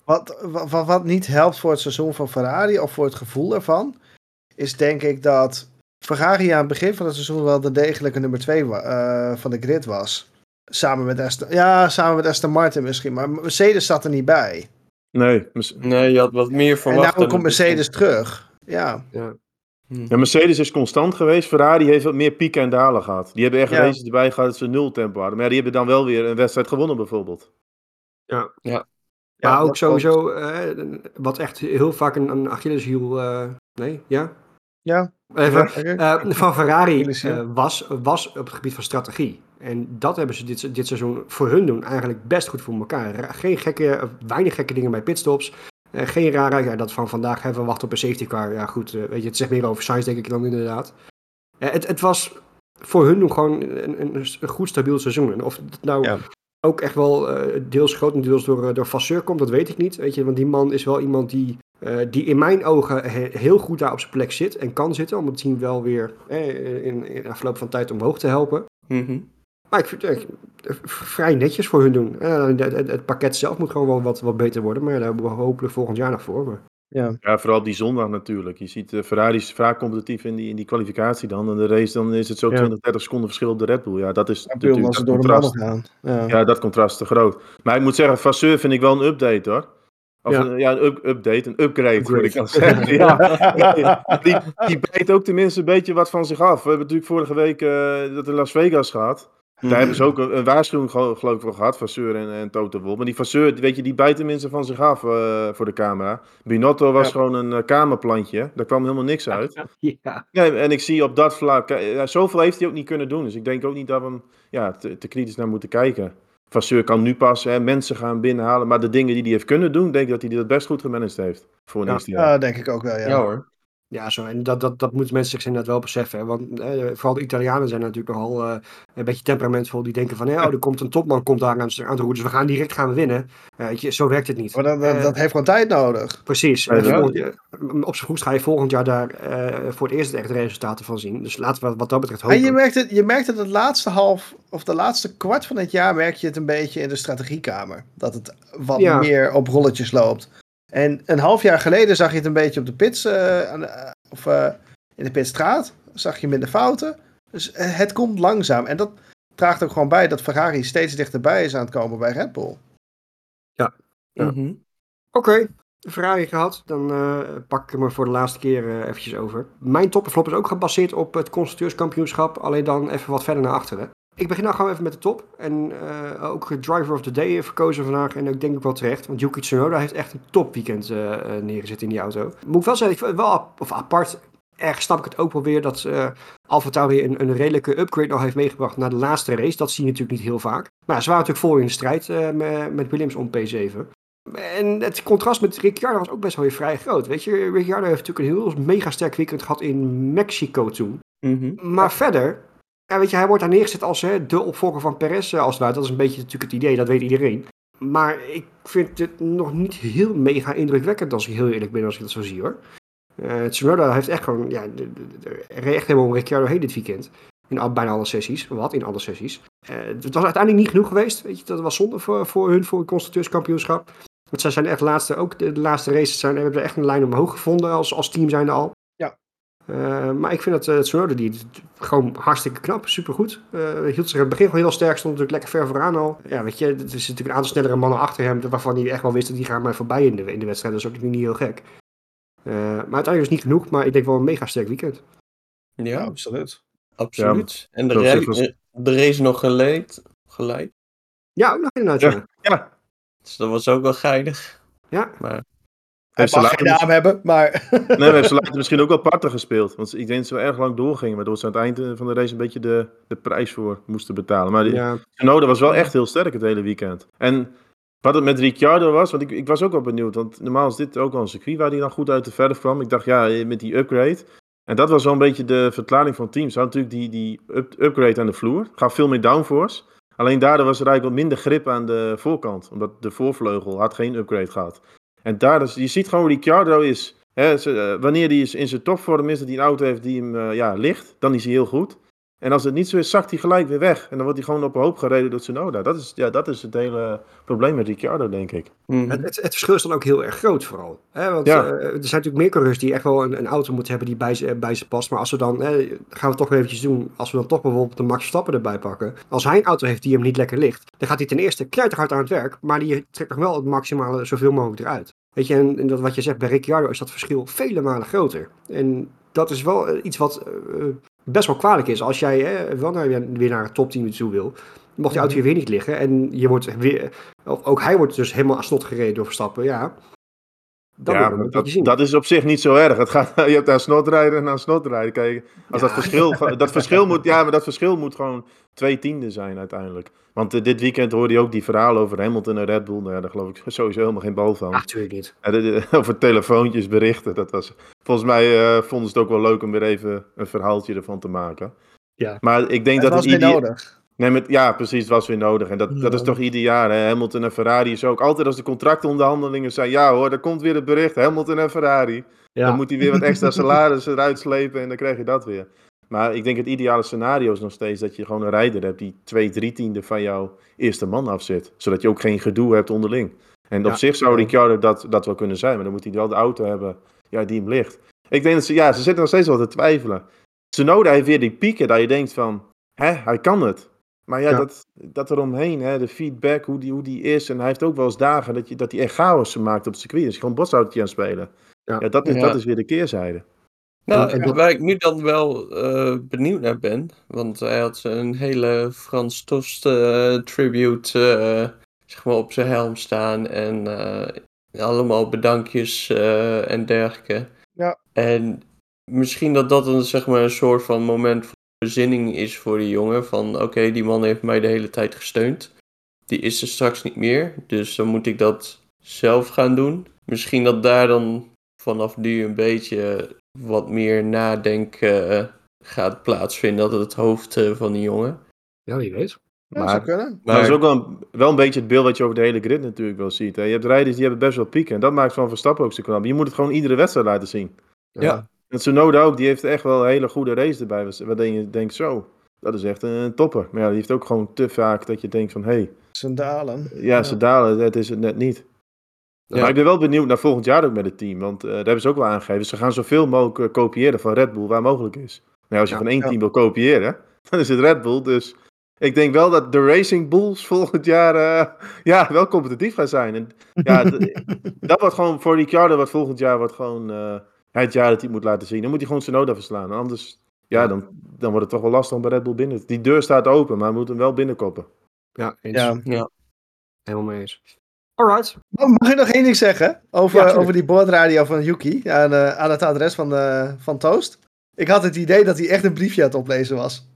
Wat niet helpt voor het seizoen van Ferrari, of voor het gevoel ervan, is denk ik dat Ferrari aan het begin van het seizoen wel de degelijke nummer 2 van de grid was. Samen met Aston Martin misschien, maar Mercedes zat er niet bij. Nee, Nee, je had wat meer En verwacht. nou komt Mercedes terug. Ja. Ja. Mercedes is constant geweest. Ferrari heeft wat meer pieken en dalen gehad. Die hebben echt Ja. races erbij gehad dat ze 0 tempo hadden. Maar die hebben dan wel weer een wedstrijd gewonnen bijvoorbeeld. Ja. Ja. Maar ook dat sowieso, wat echt heel vaak een Achilleshiel... nee, ja? Ja. Even, Ja, van Ferrari Achilleshiel. was op het gebied van strategie. En dat hebben ze dit seizoen voor hun doen eigenlijk best goed voor elkaar. Weinig gekke dingen bij pitstops. Geen rare, dat van vandaag hebben we wachten op een safety car. Ja goed, weet je, het zegt meer over science denk ik dan inderdaad. Het was voor hun doen gewoon een goed stabiel seizoen. En of het nou ook echt wel deels grotendeels door Vasseur komt, dat weet ik niet. Weet je, want die man is wel iemand die in mijn ogen heel goed daar op zijn plek zit en kan zitten. Om het team wel weer in de afloop van tijd omhoog te helpen. Mhm. Maar ik vind het vrij netjes voor hun doen. Het pakket zelf moet gewoon wel wat beter worden. Maar daar hebben we hopelijk volgend jaar nog voor. Maar... Ja, vooral op die zondag natuurlijk. Je ziet Ferrari is vaak competitief in die kwalificatie dan. En de race dan is het zo 20, 30 seconden verschil op de Red Bull. Ja, dat is natuurlijk als ze dat door de contrast. mannen gaan. Ja, dat contrast is te groot. Maar ik moet zeggen, Vasseur vind ik wel een update hoor. Of een upgrade moet ik dan zeggen. Die bijt ook tenminste een beetje wat van zich af. We hebben natuurlijk vorige week dat in Las Vegas gehad. Daar hebben ze ook een waarschuwing geloof ik voor gehad, Vasseur en Toto Wolff. Maar die Vasseur, weet je, die bijt tenminste van zich af voor de camera. Binotto was gewoon een kamerplantje. Daar kwam helemaal niks uit. Ja. En ik zie op dat vlak, zoveel heeft hij ook niet kunnen doen. Dus ik denk ook niet dat we hem te kritisch naar moeten kijken. Vasseur kan nu pas mensen gaan binnenhalen. Maar de dingen die hij heeft kunnen doen, denk ik dat hij dat best goed gemanaged heeft. Voor een eerste jaar. Ja, denk ik ook wel, Ja hoor. Ja, zo. En dat moeten mensen zich inderdaad wel beseffen. Hè? Want vooral de Italianen zijn natuurlijk nogal een beetje temperamentvol. Die denken van, er komt een topman komt daar aan de route. Dus we gaan winnen. Weet je, zo werkt het niet. Maar dat heeft gewoon tijd nodig. Precies. Ja, Op zijn vroegst ga je volgend jaar daar voor het eerst echt resultaten van zien. Dus laten we wat dat betreft hopen. En je merkt het de laatste kwart van het jaar merk je het een beetje in de strategiekamer. Dat het wat meer op rolletjes loopt. En een half jaar geleden zag je het een beetje op de pits, in de pitstraat. Zag je minder fouten. Dus het komt langzaam. En dat draagt ook gewoon bij dat Ferrari steeds dichterbij is aan het komen bij Red Bull. Ja. Mhm. Oké, Ferrari gehad. Dan pak ik hem er voor de laatste keer eventjes over. Mijn top en flop is ook gebaseerd op het constructeurskampioenschap. Alleen dan even wat verder naar achteren. Ik begin nou gewoon even met de top. En ook Driver of the Day verkozen vandaag. En ik denk ook wel terecht. Want Yuki Tsunoda heeft echt een topweekend neergezet in die auto. Moet ik wel zeggen, ik vind het wel apart. Ergens snap ik het ook wel weer dat AlphaTauri een redelijke upgrade nog heeft meegebracht naar de laatste race. Dat zie je natuurlijk niet heel vaak. Maar ze waren natuurlijk vol in de strijd met Williams om P7. En het contrast met Ricciardo was ook best wel weer vrij groot. Weet je, Ricciardo heeft natuurlijk een heel mega sterk weekend gehad in Mexico toen. Mhm. Maar verder Ja, weet je, hij wordt daar neergezet als de opvolger van Perez, als het ware. Dat is een beetje natuurlijk het idee, dat weet iedereen. Maar ik vind het nog niet heel mega indrukwekkend, als ik heel eerlijk ben, als ik dat zo zie, hoor. Tsunoda heeft echt gewoon, ja, er reed echt helemaal om Ricciardo heen dit weekend. Bijna alle sessies, in alle sessies. Het was uiteindelijk niet genoeg geweest, weet je. Dat was zonde voor hun, voor het constructeurskampioenschap. Want zij zijn echt de laatste races hebben er echt een lijn omhoog gevonden als team zijnde al. Ja. Maar ik vind dat Tsunoda, die gewoon hartstikke knap, supergoed. Hield zich in het begin gewoon heel sterk, stond natuurlijk lekker ver vooraan al. Ja, weet je, er is natuurlijk een aantal snellere mannen achter hem, waarvan hij echt wel wist dat die gaan mij voorbij in de wedstrijd. Dat is ook niet heel gek. Maar uiteindelijk is het niet genoeg, maar ik denk wel een mega sterk weekend. Ja, absoluut. absoluut. En zoals ik de race nog geleid. Ja, ook nog inderdaad. Ja. Dus dat was ook wel geinig. Ja. Maar Hij mag geen naam hebben, maar... Nee, maar ze laten misschien ook wel parten gespeeld. Want ik denk dat ze wel erg lang doorgingen. Waardoor ze aan het eind van de race een beetje de prijs voor moesten betalen. Maar Tsunoda was wel echt heel sterk het hele weekend. En wat het met Ricciardo was, want ik was ook wel benieuwd. Want normaal is dit ook wel een circuit waar hij dan goed uit de verf kwam. Ik dacht, ja, met die upgrade. En dat was wel een beetje de verklaring van het team. Ze hadden natuurlijk die upgrade aan de vloer. Gaf veel meer downforce. Alleen daardoor was er eigenlijk wat minder grip aan de voorkant. Omdat de voorvleugel had geen upgrade gehad. En daar, dus, je ziet gewoon hoe Ricciardo is. Wanneer hij in zijn topvorm is, dat hij een auto heeft die hem ligt, dan is hij heel goed. En als het niet zo is, zakt hij gelijk weer weg. En dan wordt hij gewoon op een hoop gereden door Tsunoda. Dat is het hele probleem met Ricciardo, denk ik. Mm-hmm. Het verschil is dan ook heel erg groot vooral. Want er zijn natuurlijk meer coureurs die echt wel een auto moeten hebben die bij ze past. Maar als we dan, gaan we toch weer eventjes doen, als we dan toch bijvoorbeeld de Max Verstappen erbij pakken. Als hij een auto heeft die hem niet lekker ligt, dan gaat hij ten eerste knijterhard aan het werk. Maar die trekt nog wel het maximale zoveel mogelijk eruit. Weet je, en dat wat je zegt, bij Ricciardo is dat verschil vele malen groter. En dat is wel iets wat best wel kwalijk is. Als jij wel weer naar het topteam toe wil, mocht die auto hier weer niet liggen. En je wordt weer, ook hij wordt dus helemaal aan slot gereden door Verstappen. Ja, dat is op zich niet zo erg. Je hebt aan snotrijden en aan snotrijden. Kijk, als dat verschil moet gewoon 2/10 zijn uiteindelijk. Want dit weekend hoorde je ook die verhalen over Hamilton en Red Bull. Nou ja, daar geloof ik sowieso helemaal geen bal van. Natuurlijk niet. Over telefoontjes, berichten. Dat was, volgens mij vonden ze het ook wel leuk om weer even een verhaaltje ervan te maken. Ja. Maar ik denk dat was weer nodig. Nee, ja, precies, het was weer nodig. En dat is toch ieder jaar. Hè? Hamilton en Ferrari is ook altijd als de contractonderhandelingen zijn. Ja hoor, daar komt weer het bericht. Hamilton en Ferrari. Ja. Dan moet hij weer wat extra salaris eruit slepen en dan krijg je dat weer. Maar ik denk het ideale scenario is nog steeds dat je gewoon een rijder hebt die 2/3 van jouw eerste man afzet. Zodat je ook geen gedoe hebt onderling. En op zich zou Ricciardo dat wel kunnen zijn. Maar dan moet hij wel de auto hebben die hem ligt. Ik denk dat ze zitten nog steeds wel te twijfelen. Tsunoda heeft weer die pieken dat je denkt van, hij kan het. Maar dat eromheen, de feedback, hoe die is. En hij heeft ook wel eens dagen dat hij echt chaos maakt op het circuit. Dus gewoon botsautootje aan het spelen. Ja, dat is weer de keerzijde. Nou, waar ik nu dan wel benieuwd naar ben. Want hij had een hele Frans Tost tribute zeg maar op zijn helm staan. En allemaal bedankjes en dergelijke. Ja. En misschien dat een, zeg maar, een soort van moment van bezinning is voor die jongen. Van oké, die man heeft mij de hele tijd gesteund. Die is er straks niet meer. Dus dan moet ik dat zelf gaan doen. Misschien dat daar dan vanaf nu een beetje wat meer nadenken gaat plaatsvinden. Dat het hoofd van die jongen. Ja, wie weet. Ja, dat zou kunnen. Maar dat is ook wel een beetje het beeld wat je over de hele grid natuurlijk wel ziet. Hè? Je hebt rijders die hebben best wel pieken. En dat maakt Van Verstappen ook zo knap. Je moet het gewoon iedere wedstrijd laten zien. Ja. En Tsunoda ook, die heeft echt wel een hele goede race erbij. Waarin je denkt, zo, dat is echt een topper. Maar ja, die heeft ook gewoon te vaak dat je denkt van, hé. Ze dalen. Ja, ze dalen, het is het net niet. Ja. Maar ik ben wel benieuwd naar volgend jaar ook met het team. Want daar hebben ze ook wel aangegeven. Ze gaan zoveel mogelijk kopiëren van Red Bull waar mogelijk is. Nou, als je van één team wil kopiëren, dan is het Red Bull. Dus ik denk wel dat de Racing Bulls volgend jaar wel competitief gaan zijn. En dat wordt gewoon voor Ricciardo wat volgend jaar gewoon het jaar dat hij moet laten zien. Dan moet hij gewoon Tsunoda verslaan. Anders, dan wordt het toch wel lastig om bij Red Bull binnen. Die deur staat open, maar we moeten hem wel binnenkoppen. Ja, eens. Ja. Helemaal mee eens. Alright. Mag ik nog één ding zeggen over die boordradio van Yuki aan het adres van Toast? Ik had het idee dat hij echt een briefje aan het oplezen was.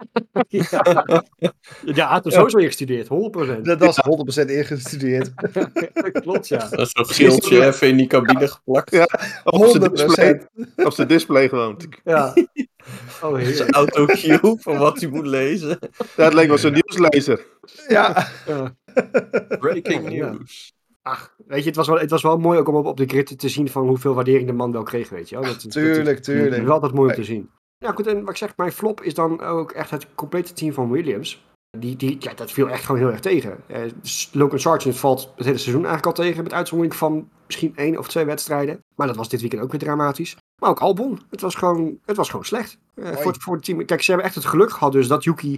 Ja, het is sowieso ingestudeerd, 100%. Dat was 100% ingestudeerd. Dat klopt, ja. Dat is zo'n geeltje even in die cabine geplakt. Ja. Op zijn 100%. display, op zijn display gewoon. Ja. Oh, Zijn heerlijk. autocue van wat hij moet lezen. Ja, het leek wel zo'n nieuwslezer. Ja. Ja. Breaking Ja. news. Ach, weet je, het was wel mooi ook om op de grid te zien van hoeveel waardering de man wel kreeg, weet je wel. Dat Tuurlijk. is wel altijd mooi om te zien. Ja, goed, en wat ik zeg, mijn flop is dan ook echt het complete team van Williams. Ja, dat viel echt gewoon heel erg tegen. Logan Sargent valt het hele seizoen eigenlijk al tegen, met uitzondering van misschien 1 of 2 wedstrijden. Maar dat was dit weekend ook weer dramatisch. Maar ook Albon, het was gewoon slecht. Voor het team. Kijk, ze hebben echt het geluk gehad dus dat Yuki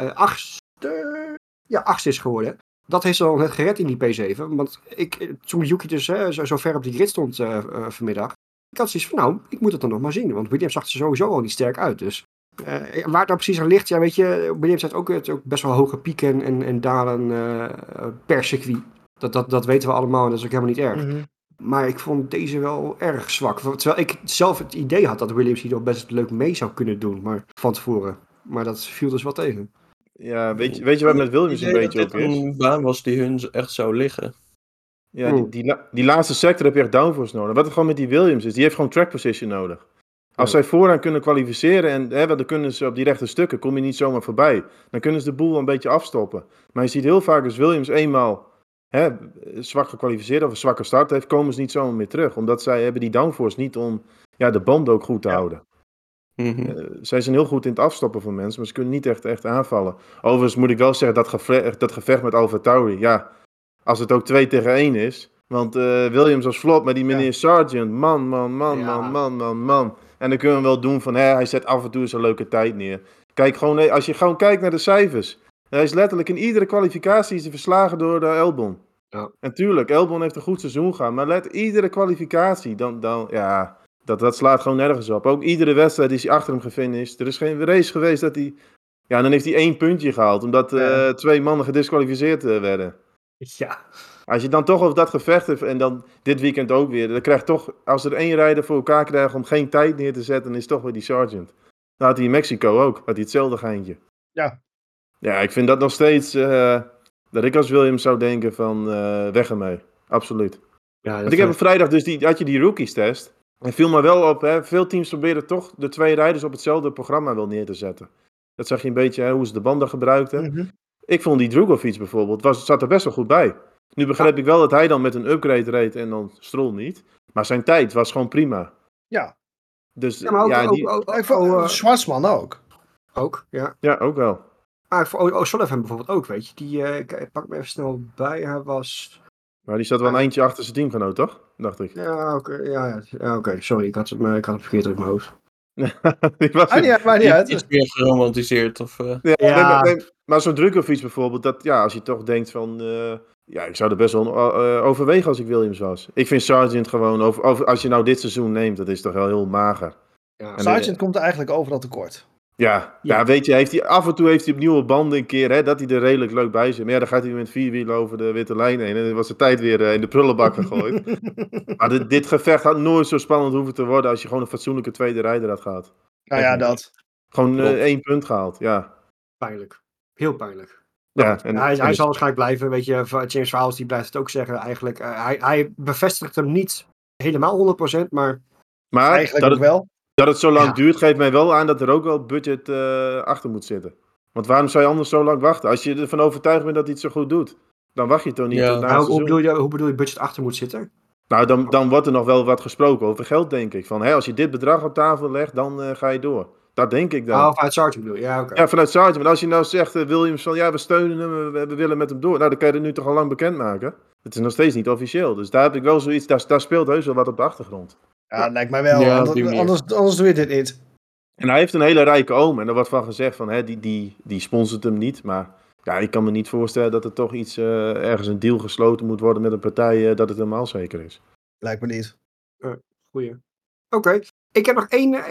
achtste is geworden. Dat heeft ze al net gered in die P7. Want toen Yuki dus zo ver op die grid stond vanmiddag, ik had zoiets van, nou, ik moet het dan nog maar zien. Want Williams zag er sowieso al niet sterk uit. Dus waar het nou precies aan ligt, ja, weet je, Williams heeft ook best wel hoge pieken en dalen per circuit. Dat weten we allemaal en dat is ook helemaal niet erg. Mhm. Maar ik vond deze wel erg zwak. Terwijl ik zelf het idee had dat Williams hier nog best leuk mee zou kunnen doen, maar van tevoren. Maar dat viel dus wel tegen. Ja, weet je wat met Williams een beetje ook dat is? dit een baan was die hun echt zou liggen. Ja, die laatste sector heb je echt downforce nodig. Wat er gewoon met die Williams is, die heeft gewoon track position nodig. Als zij vooraan kunnen kwalificeren en dan kunnen ze op die rechte stukken, kom je niet zomaar voorbij. Dan kunnen ze de boel wel een beetje afstoppen. Maar je ziet heel vaak als Williams eenmaal zwak gekwalificeerd of een zwakke start heeft, komen ze niet zomaar meer terug. Omdat zij hebben die downforce niet om de band ook goed te houden. Zij zijn heel goed in het afstoppen van mensen, maar ze kunnen niet echt aanvallen. Overigens moet ik wel zeggen, dat gevecht met AlphaTauri, ja, als het ook 2 tegen 1 is. Want Williams was flop, maar die meneer Sargent, man. En dan kunnen we wel doen van, hij zet af en toe eens een leuke tijd neer. Kijk gewoon, als je gewoon kijkt naar de cijfers. Hij is letterlijk in iedere kwalificatie verslagen door Albon. Ja. En tuurlijk, Albon heeft een goed seizoen gehad, maar iedere kwalificatie, dat slaat gewoon nergens op. Ook iedere wedstrijd is hij achter hem gefinished. Er is geen race geweest dat hij... Ja, dan heeft hij 1 puntje gehaald, omdat 2 mannen gedisqualificeerd werden. Ja. Als je dan toch over dat gevecht hebt, en dan dit weekend ook weer, dan krijgt toch, als er 1 rijder voor elkaar krijgt om geen tijd neer te zetten, dan is het toch weer die Sargent. Dan had hij in Mexico ook, had hij hetzelfde geintje. Ja. Ja, ik vind dat nog steeds, dat ik als Williams zou denken van, weg ermee. Absoluut. Ja, Want ik heb op vrijdag dus had je die rookies test. En viel me wel op, veel teams proberen toch de 2 rijders op hetzelfde programma wel neer te zetten. Dat zag je een beetje, hoe ze de banden gebruikten. Mhm. Ik vond die Drugovic bijvoorbeeld, zat er best wel goed bij. Nu begrijp ik wel dat hij dan met een upgrade reed en dan Stroll niet. Maar zijn tijd was gewoon prima. Ja. Dus Ja, maar Ik vond Schwarzman ook. ook, ja. ja, ook wel. Maar voor Sullivan bijvoorbeeld ook, weet je. Ik pak me even snel bij. Hij was... Maar die zat wel een eindje achter zijn teamgenoot, toch? Dacht ik. Ja, oké. Sorry, ik had het verkeerd uit mijn hoofd. Die was Maar niet uit. Iets meer geromantiseerd of... Ja. Nee, maar zo'n Drugovic bijvoorbeeld, als je toch denkt van... ik zou er best wel overwegen als ik Williams was. Ik vind Sargent gewoon, als je nou dit seizoen neemt, dat is toch wel heel mager. Ja. En Sargent komt er eigenlijk overal tekort. Ja, weet je, af en toe heeft hij op nieuwe banden een keer, dat hij er redelijk leuk bij zit. Maar ja, dan gaat hij met 4 wielen over de witte lijn heen. En dan was de tijd weer in de prullenbak gegooid. Maar dit gevecht had nooit zo spannend hoeven te worden als je gewoon een fatsoenlijke tweede rijder had gehad. Nou ja, dat. Gewoon 1 punt gehaald, ja. Pijnlijk. Heel pijnlijk. Ja, Hij zal waarschijnlijk blijven, weet je. James Vowles die blijft het ook zeggen eigenlijk. Hij bevestigt hem niet helemaal 100%, maar... Maar Eigenlijk ook wel. dat het zo lang duurt, geeft mij wel aan dat er ook wel budget achter moet zitten. Want waarom zou je anders zo lang wachten? Als je ervan overtuigd bent dat hij het zo goed doet, dan wacht je toch niet tot na het seizoen. Hoe bedoel je budget achter moet zitten? Nou, dan wordt er nog wel wat gesproken over geld, denk ik. Van, als je dit bedrag op tafel legt, dan ga je door. Dat denk ik dan. Of uit Sargent bedoel je? Ja, oké. Ja, vanuit Sargent. Maar als je nou zegt, Williams, van we steunen hem, we willen met hem door. Nou, dan kan je het nu toch al lang bekendmaken. Het is nog steeds niet officieel. Dus daar heb ik wel zoiets, daar speelt heus wel wat op de achtergrond. Ja, dat lijkt mij wel. Ja, Anders doe je dit niet. En hij heeft een hele rijke oom. En er wordt van gezegd, van, die sponsort hem niet. Maar ja, ik kan me niet voorstellen dat er toch iets, ergens een deal gesloten moet worden met een partij, dat het helemaal zeker is. Lijkt me niet. Goeie. Oké. Ik heb nog één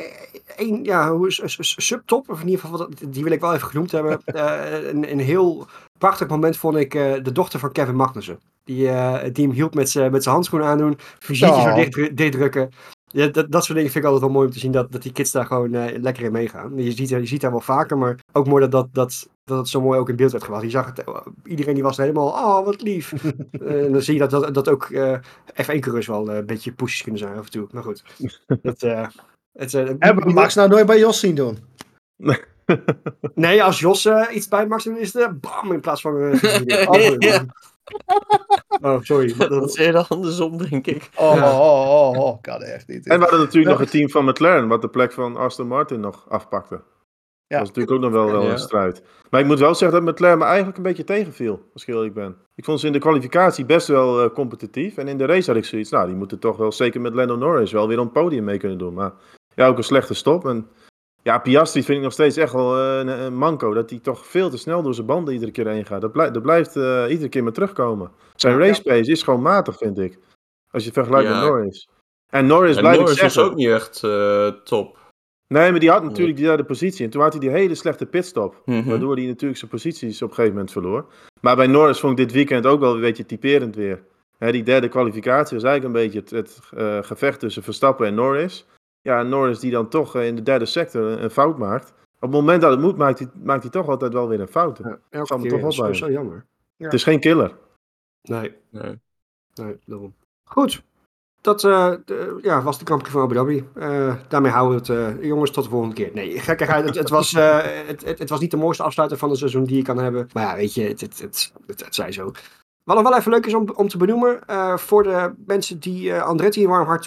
subtop, of in ieder geval, die wil ik wel even genoemd hebben. Een heel prachtig moment vond ik de dochter van Kevin Magnussen. Die hem hielp met zijn handschoenen aandoen, visiertjes zo dicht drukken. Ja, dat soort dingen vind ik altijd wel mooi om te zien dat die kids daar gewoon lekker in meegaan. Je ziet daar wel vaker, maar ook mooi dat het zo mooi ook in beeld werd gebracht. Je zag het, iedereen die was er helemaal, oh wat lief. En dan zie je dat ook F1-coureurs wel een beetje pushes kunnen zijn af en toe. Maar goed. Hebben we Max nou nooit bij Jos zien doen? Nee, als Jos iets bij Max doet, is het bam in plaats van... Ja. Oh, sorry. Dat is eerder andersom, denk ik. Kan echt niet. En we hadden natuurlijk nog het team van McLaren, wat de plek van Aston Martin nog afpakte. Dat was natuurlijk ook nog wel Ja. een strijd. Maar ik moet wel zeggen dat McLaren me eigenlijk een beetje tegenviel, als ik eerlijk ben. Ik vond ze in de kwalificatie best wel competitief. En in de race had ik zoiets, nou, die moeten toch wel, zeker met Lando Norris, wel weer op het podium mee kunnen doen. Maar ja, ook een slechte stop. En ja, Piastri vind ik nog steeds echt wel een manco. Dat hij toch veel te snel door zijn banden iedere keer heen gaat. Dat blijft iedere keer maar terugkomen. Zijn race pace is gewoon matig, vind ik. Als je het vergelijkt met Norris. En Norris En blijft Norris zeggen... is ook niet echt top. Nee, maar die had natuurlijk die derde positie. En toen had hij die hele slechte pitstop. Mhm. Waardoor hij natuurlijk zijn posities op een gegeven moment verloor. Maar bij Norris vond ik dit weekend ook wel een beetje typerend weer. Die derde kwalificatie was eigenlijk een beetje het gevecht tussen Verstappen en Norris. Ja, Norris die dan toch in de derde sector een fout maakt. Op het moment dat het moet, maakt hij toch altijd wel weer een fout. Ja, Zal elke me keer toch weer. Dat opbouwen. is zo jammer. Het is geen killer. Nee, Nee. daarom. Goed. Dat was de Grand Prix van Abu Dhabi. Daarmee houden we het, jongens, tot de volgende keer. Nee, gekkigheid. Het was niet de mooiste afsluiter van het seizoen die je kan hebben. Maar ja, weet je, het zij zo. Wat nog wel even leuk is om te benoemen, voor de mensen die Andretti een warm hart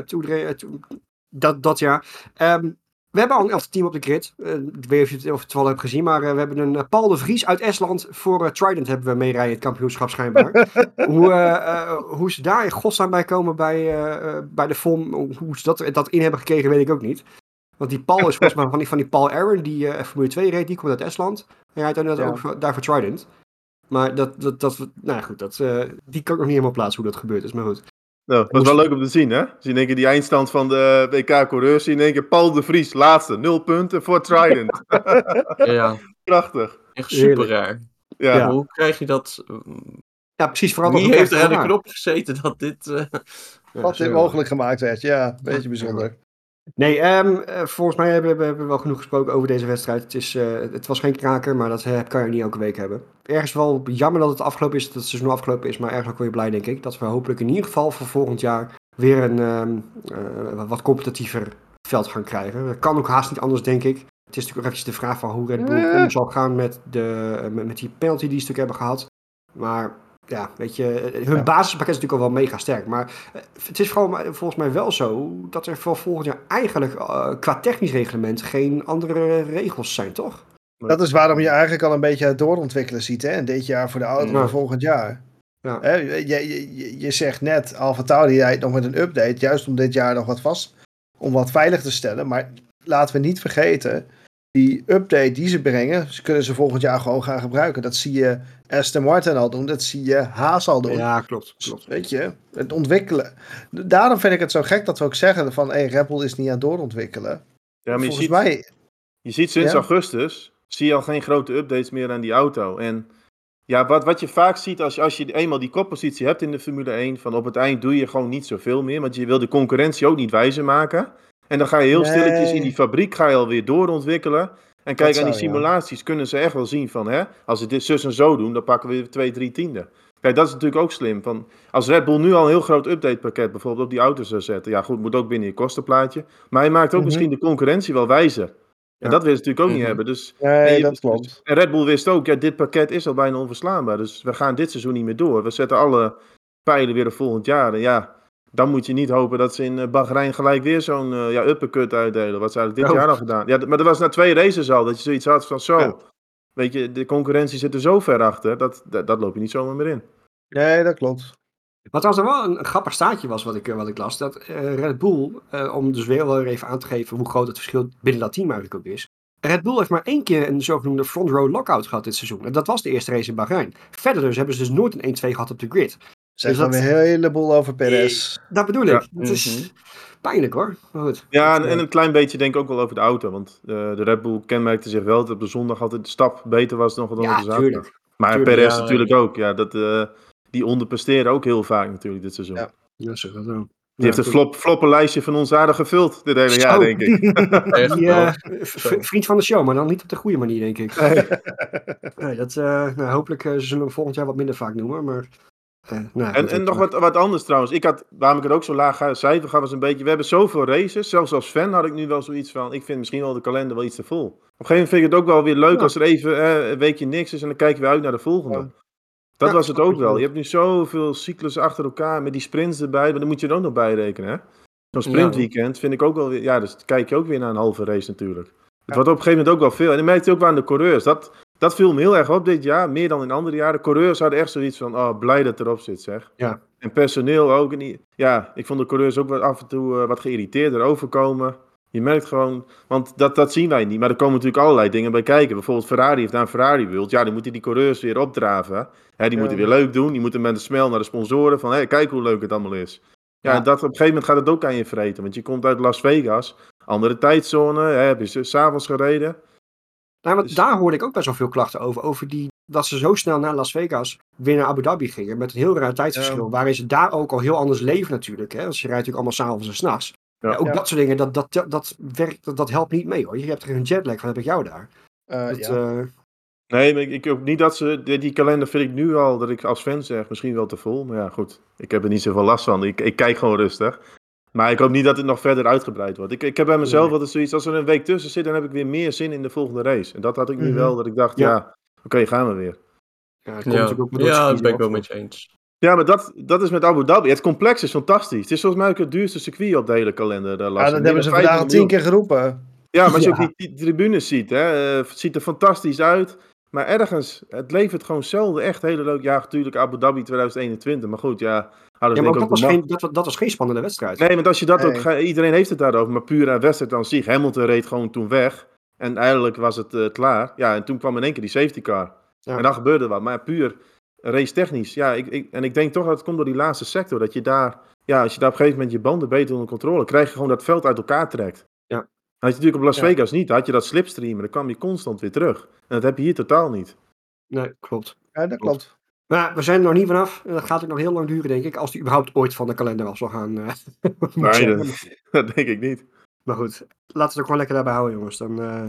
dat jaar. We hebben al een 11 team op de grid. Ik weet niet of je het wel hebt gezien, maar we hebben een Paul de Vries uit Estland voor Trident hebben we meerijden in het kampioenschap schijnbaar. Hoe ze daar in godsnaam bij komen bij de FOM, hoe ze dat in hebben gekregen, weet ik ook niet. Want die Paul is volgens mij van die Paul Aaron, die Formule 2 reed, die komt uit Estland. En hij rijdt ook daar voor Trident. Maar die kan ik nog niet helemaal plaatsen hoe dat gebeurd is, maar goed. Nou, dat was wel leuk om te zien, hè? Dus in één keer die eindstand van de WK-coureurs. In één keer Paul de Vries, laatste, 0 punten voor Trident. Ja, Prachtig. echt super raar. Ja. Hoe krijg je dat? Ja, precies. Vooral Wie dat heeft er aan de raar. knop gezeten dat dit... Wat dit mogelijk gemaakt werd. Ja, een beetje bijzonder. Nee, volgens mij hebben we wel genoeg gesproken over deze wedstrijd. Het was geen kraker, maar dat kan je niet elke week hebben. Ergens wel jammer dat het afgelopen is, dat het seizoen afgelopen is, maar ergens ook weer blij, denk ik. Dat we hopelijk in ieder geval voor volgend jaar weer een wat competitiever veld gaan krijgen. Dat kan ook haast niet anders, denk ik. Het is natuurlijk ook eventjes de vraag van hoe Red Bull om zal gaan met die penalty die ze natuurlijk hebben gehad. Maar ja, weet je, hun basispakket is natuurlijk al wel mega sterk. Maar het is vooral volgens mij wel zo dat er voor volgend jaar eigenlijk qua technisch reglement geen andere regels zijn, toch? Dat is waarom je eigenlijk al een beetje het doorontwikkelen ziet. Hè? En dit jaar voor de auto van volgend jaar. Ja. Hè? Je zegt net, AlphaTauri rijdt nog met een update. Juist om dit jaar nog om wat veilig te stellen. Maar laten we niet vergeten, die update die ze brengen, kunnen ze volgend jaar gewoon gaan gebruiken. Dat zie je Aston Martin al doen, dat zie je Haas al doen. Ja, klopt. Weet je, het ontwikkelen. Daarom vind ik het zo gek dat we ook zeggen van, Red Bull is niet aan het doorontwikkelen. Ja, maar je ziet sinds augustus, zie je al geen grote updates meer aan die auto. En ja, wat je vaak ziet als je eenmaal die koppositie hebt in de Formule 1, van op het eind doe je gewoon niet zoveel meer, want je wil de concurrentie ook niet wijzer maken. En dan ga je heel stilletjes in die fabriek alweer doorontwikkelen. En kijk, aan die simulaties kunnen ze echt wel zien van, als ze dit zus en zo doen, dan pakken we 2-3 tienden. Kijk, dat is natuurlijk ook slim. Van, als Red Bull nu al een heel groot updatepakket bijvoorbeeld op die auto's zou zetten. Ja goed, moet ook binnen je kostenplaatje. Maar hij maakt ook misschien de concurrentie wel wijzer. En dat wil ze natuurlijk ook niet hebben. Dus, dat klopt. En Red Bull wist ook, dit pakket is al bijna onverslaanbaar. Dus we gaan dit seizoen niet meer door. We zetten alle pijlen weer op volgend jaar. En ja, dan moet je niet hopen dat ze in Bahrein gelijk weer zo'n uppercut uitdelen. Wat ze eigenlijk dit jaar al gedaan. Ja, maar dat was na 2 races al, dat je zoiets had van zo. Ja. Weet je, de concurrentie zit er zo ver achter, dat loop je niet zomaar meer in. Nee, dat klopt. Wat trouwens wel een grappig staatje was wat ik las, dat Red Bull, om dus weer even aan te geven hoe groot het verschil binnen dat team eigenlijk ook is. Red Bull heeft maar 1 keer een zogenoemde front row lockout gehad dit seizoen. En dat was de eerste race in Bahrein. Verder dus hebben ze dus nooit een 1-2 gehad op de grid. Zeg dan weer een heleboel over Perez. Dat bedoel ik. Het is pijnlijk hoor. Maar goed. Ja, en een klein beetje denk ik ook wel over de auto. Want de Red Bull kenmerkte zich wel dat op de zondag altijd de stap beter was dan op de zaterdag. Tuurlijk. Maar Perez natuurlijk ook. Ja, die onderpresteren ook heel vaak natuurlijk dit seizoen. Ja, zeg dat wel. Die heeft het floppenlijstje van ons aardig gevuld dit hele jaar, denk ik. Echt Die, wel. vriend van de show, maar dan niet op de goede manier, denk ik. Nee. Nee, dat, hopelijk zullen we hem volgend jaar wat minder vaak noemen, maar... En nog wat anders trouwens. Waarom ik het ook zo laag cijfer ga, was een beetje... We hebben zoveel races. Zelfs als fan had ik nu wel zoiets van... Ik vind misschien wel de kalender wel iets te vol. Op een gegeven moment vind ik het ook wel weer leuk als er even een weekje niks is... en dan kijken we weer uit naar de volgende. Ja. Dat was het ook wel. goed. Je hebt nu zoveel cyclussen achter elkaar met die sprints erbij. Maar dan moet je er ook nog bij rekenen, hè? Zo'n sprintweekend vind ik ook wel weer... Ja, dus kijk je ook weer naar een halve race natuurlijk. Het wordt op een gegeven moment ook wel veel. En dan merk je ook wel aan de coureurs. Dat viel me heel erg op dit jaar, meer dan in andere jaren. De coureurs hadden echt zoiets van, oh, blij dat het erop zit, zeg. Ja. En personeel ook. Ja, ik vond de coureurs ook af en toe wat geïrriteerder overkomen. Je merkt gewoon, want dat zien wij niet. Maar er komen natuurlijk allerlei dingen bij kijken. Bijvoorbeeld Ferrari heeft daar een Ferrari-wild. Ja, dan moeten die coureurs weer opdraven. Hè, die moeten weer leuk doen. Die moeten met een smel naar de sponsoren van, hey, kijk hoe leuk het allemaal is. Ja, en dat op een gegeven moment gaat het ook aan je vreten. Want je komt uit Las Vegas, andere tijdzone, heb je 's avonds gereden. Nou, want daar hoorde ik ook best wel veel klachten over dat ze zo snel naar Las Vegas weer naar Abu Dhabi gingen. Met een heel raar tijdsverschil. Waarin ze daar ook al heel anders leven natuurlijk. Hè? Dus je rijdt natuurlijk allemaal s'avonds en s'nachts. Ja. Ook dat soort dingen, dat helpt niet mee hoor. Je hebt er een jetlag van, heb ik jou daar. Nee, maar ik ook niet dat ze... Die kalender vind ik nu al, dat ik als fan zeg, misschien wel te vol. Maar ja, goed. Ik heb er niet zoveel last van. Ik kijk gewoon rustig. Maar ik hoop niet dat het nog verder uitgebreid wordt. Ik heb bij mezelf altijd zoiets, als er een week tussen zit, dan heb ik weer meer zin in de volgende race. En dat had ik nu wel, dat ik dacht, oké, gaan we weer. Ja, het komt natuurlijk ook met dat ben ik wel met je eens. Ja, maar dat is met Abu Dhabi. Het complex is fantastisch. Het is volgens mij ook het duurste circuit op de hele kalender. Dat hebben ze vandaag al 10 keer geroepen. Ja, maar als je ook die tribunes ziet, het ziet er fantastisch uit. Maar ergens, het levert gewoon zelden echt hele leuk. Ja, natuurlijk Abu Dhabi 2021, maar goed, ja. Maar dat was geen spannende wedstrijd. Nee, want als je dat ook... Iedereen heeft het daarover, maar puur aan wedstrijd aan zich. Hamilton reed gewoon toen weg. En eindelijk was het klaar. Ja, en toen kwam in één keer die safety car. Ja. En dan gebeurde wat. Maar puur race technisch. Ja, ik denk toch dat het komt door die laatste sector. Dat je daar... Ja, als je daar op een gegeven moment je banden beter onder controle... krijg je gewoon dat veld uit elkaar trekt. Ja. Dat had je natuurlijk op Las Vegas niet. Dan had je dat slipstreamen. Dan kwam je constant weer terug. En dat heb je hier totaal niet. Nee, klopt. Ja, dat klopt. Maar we zijn er nog niet vanaf. En dat gaat ook nog heel lang duren, denk ik. Als die überhaupt ooit van de kalender af zal gaan. Nee, dat denk ik niet. Maar goed, laten we het ook gewoon lekker daarbij houden, jongens.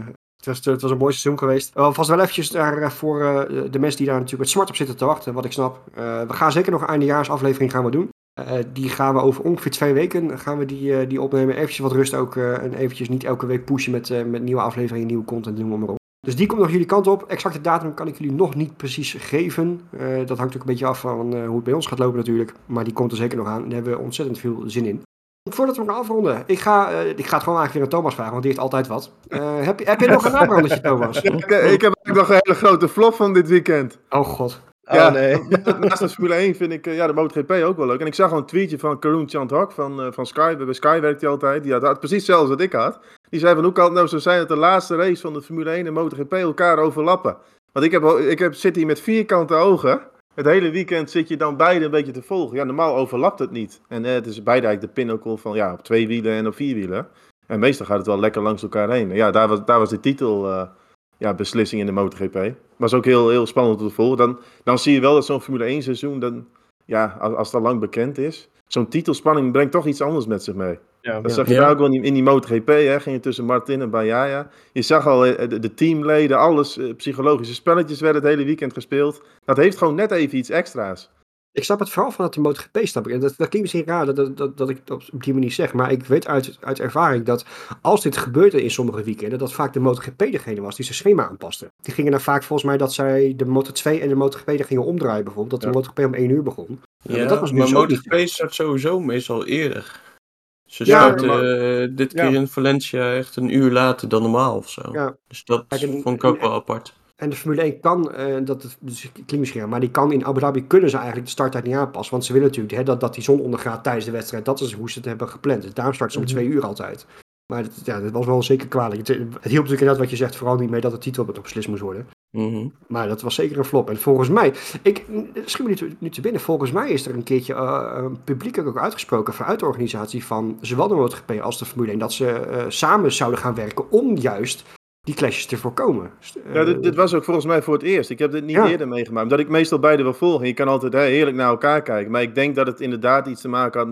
Het was een mooi seizoen geweest. Vast wel eventjes voor de mensen die daar natuurlijk met smart op zitten te wachten, wat ik snap. We gaan zeker nog een eindejaarsaflevering gaan we doen. Die gaan we over ongeveer 2 weken gaan we die opnemen. Eventjes wat rust ook. En eventjes niet elke week pushen met nieuwe afleveringen, nieuwe content, noem maar op. Dus die komt nog jullie kant op. Exacte datum kan ik jullie nog niet precies geven. Dat hangt ook een beetje af van hoe het bij ons gaat lopen natuurlijk. Maar die komt er zeker nog aan. Daar hebben we ontzettend veel zin in. Voordat we gaan afronden. Ik ga het gewoon eigenlijk weer aan Thomas vragen, want die heeft altijd wat. Heb je nog een nabrandertje, Thomas? Ik heb nog een hele grote flop van dit weekend. Oh god. Ja, nee. Naast de Formule 1 vind ik de MotoGP ook wel leuk. En ik zag al een tweetje van Karun Chandhok van Sky. Bij Sky werkt hij altijd. Die had precies hetzelfde wat ik had. Die zei van, hoe kan het nou zo zijn dat de laatste race van de Formule 1 en MotoGP elkaar overlappen? Want ik zit hier met vierkante ogen. Het hele weekend zit je dan beide een beetje te volgen. Ja, normaal overlapt het niet. En het is beide eigenlijk de pinnacle van op 2 wielen en op 4 wielen. En meestal gaat het wel lekker langs elkaar heen. En ja, daar was de titel beslissing in de MotoGP. Was ook heel, heel spannend om te volgen. Dan zie je wel dat zo'n Formule 1 seizoen, als dat lang bekend is, zo'n titelspanning brengt toch iets anders met zich mee. Dat zag je daar ook wel in die MotoGP, ging je tussen Martin en Bagnaia. Je zag al de teamleden, alles, psychologische spelletjes werden het hele weekend gespeeld. Dat heeft gewoon net even iets extra's. Ik snap het vooral vanuit de MotoGP, snap ik. En dat klinkt misschien raar dat ik dat op die manier zeg, maar ik weet uit ervaring dat als dit gebeurde in sommige weekenden, dat vaak de MotoGP degene was die zijn schema aanpaste. Die gingen dan vaak volgens mij dat zij de Moto2 en de MotoGP er gingen omdraaien bijvoorbeeld, dat de MotoGP om 1 uur begon. Ja, dat was maar dus MotoGP start sowieso meestal eerder. Ze starten dit keer in Valencia echt 1 uur later dan normaal of zo. Ja. Dus dat vond ik ook wel apart. En de Formule 1 kan, dus klinkt misschien raar, maar die kan in Abu Dhabi kunnen ze eigenlijk de starttijd niet aanpassen. Want ze willen natuurlijk dat die zon ondergaat tijdens de wedstrijd. Dat is hoe ze het hebben gepland. Dus daarom starten ze om 2 uur altijd. Maar dat was wel zeker kwalijk. Het hielp natuurlijk inderdaad wat je zegt, vooral niet mee dat de titel nog beslist moest worden. Mm-hmm. Maar dat was zeker een flop. En volgens mij, schiet me nu te binnen, volgens mij is er een keertje publiekelijk ook uitgesproken vanuit de organisatie van zowel de MotoGP als de Formule 1, dat ze samen zouden gaan werken om juist die clashes te voorkomen. Dit was ook volgens mij voor het eerst. Ik heb dit niet eerder meegemaakt. Omdat ik meestal beide wil volgen. Je kan altijd heerlijk naar elkaar kijken. Maar ik denk dat het inderdaad iets te maken had met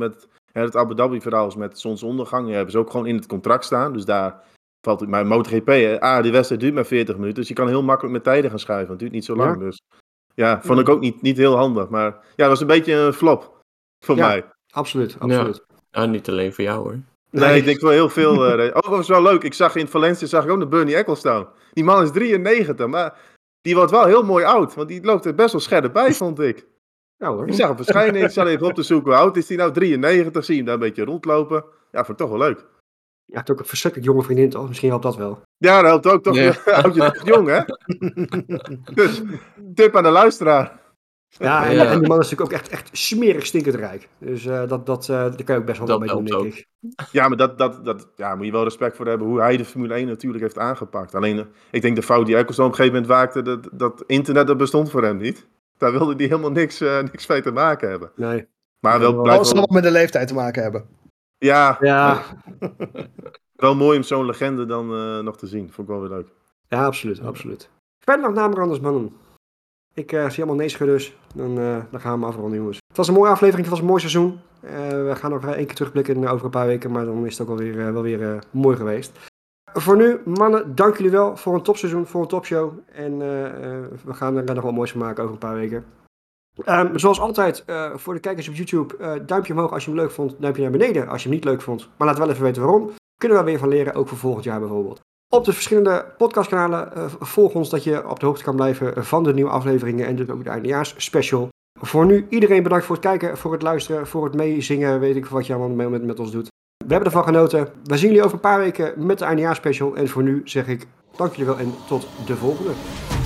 En het Abu Dhabi verhaal is met zonsondergang. Die hebben ze ook gewoon in het contract staan. Dus daar valt het. Maar MotoGP, die wedstrijd duurt maar 40 minuten. Dus je kan heel makkelijk met tijden gaan schuiven. Het duurt niet zo lang. Ja. Dus ja, vond ik ook niet heel handig. Maar ja, dat was een beetje een flop voor Ja. mij. Absoluut. Ja, niet alleen voor jou hoor. Nee, ik denk wel heel veel. Dat was wel leuk. Ik zag in Valencia ook nog Bernie Ecclestone. Die man is 93, maar die wordt wel heel mooi oud. Want die loopt er best wel scherp bij, vond ik. Ja hoor. Ik zag hem verschijnen. Ik zat even op te zoeken. Hoe oud is hij nou? 93. Zie je hem daar een beetje rondlopen. Ja, vond ik toch wel leuk. Ja, het ook een verschrikkelijk jonge vriendin, toch? Misschien helpt dat wel. Ja, dat helpt ook toch. Ja. Houd je toch jong, hè? Dus tip aan de luisteraar. Ja, en, Ja. en die man is natuurlijk ook echt smerig stinkend rijk. Dus daar kan je ook best wel Dat mee doen, helpt denk ik. Ja, maar dat moet je wel respect voor hebben. Hoe hij de Formule 1 natuurlijk heeft aangepakt. Alleen, ik denk de fout die Ecclestone op een gegeven moment waakte. Dat internet, dat bestond voor hem niet. Daar wilde hij helemaal niks mee te maken hebben. Nee. Maar wel, Dat blijft zal wel, ook met de leeftijd te maken hebben. ja, Ja, wel mooi om zo'n legende dan nog te zien. Vond ik wel weer leuk. ja, absoluut. Verder nog namen anders, mannen. Ik zie allemaal nee schudden, dus dan gaan we hem afronden, jongens. Het was een mooie aflevering, het was een mooi seizoen. We gaan nog 1 keer terugblikken over een paar weken, maar dan is het ook wel weer mooi geweest. Voor nu, mannen, dank jullie wel voor een topseizoen, voor een topshow. En we gaan er nog wel moois van maken over een paar weken. Zoals altijd, voor de kijkers op YouTube, duimpje omhoog als je hem leuk vond, duimpje naar beneden als je hem niet leuk vond. Maar laat wel even weten waarom. Kunnen we weer van leren, ook voor volgend jaar bijvoorbeeld. Op de verschillende podcastkanalen volg ons dat je op de hoogte kan blijven van de nieuwe afleveringen en dus ook de eindejaars special. Voor nu, iedereen bedankt voor het kijken, voor het luisteren, voor het meezingen, weet ik wat je allemaal met ons doet. We hebben ervan genoten. We zien jullie over een paar weken met de eindejaars special. En voor nu zeg ik dank jullie wel en tot de volgende.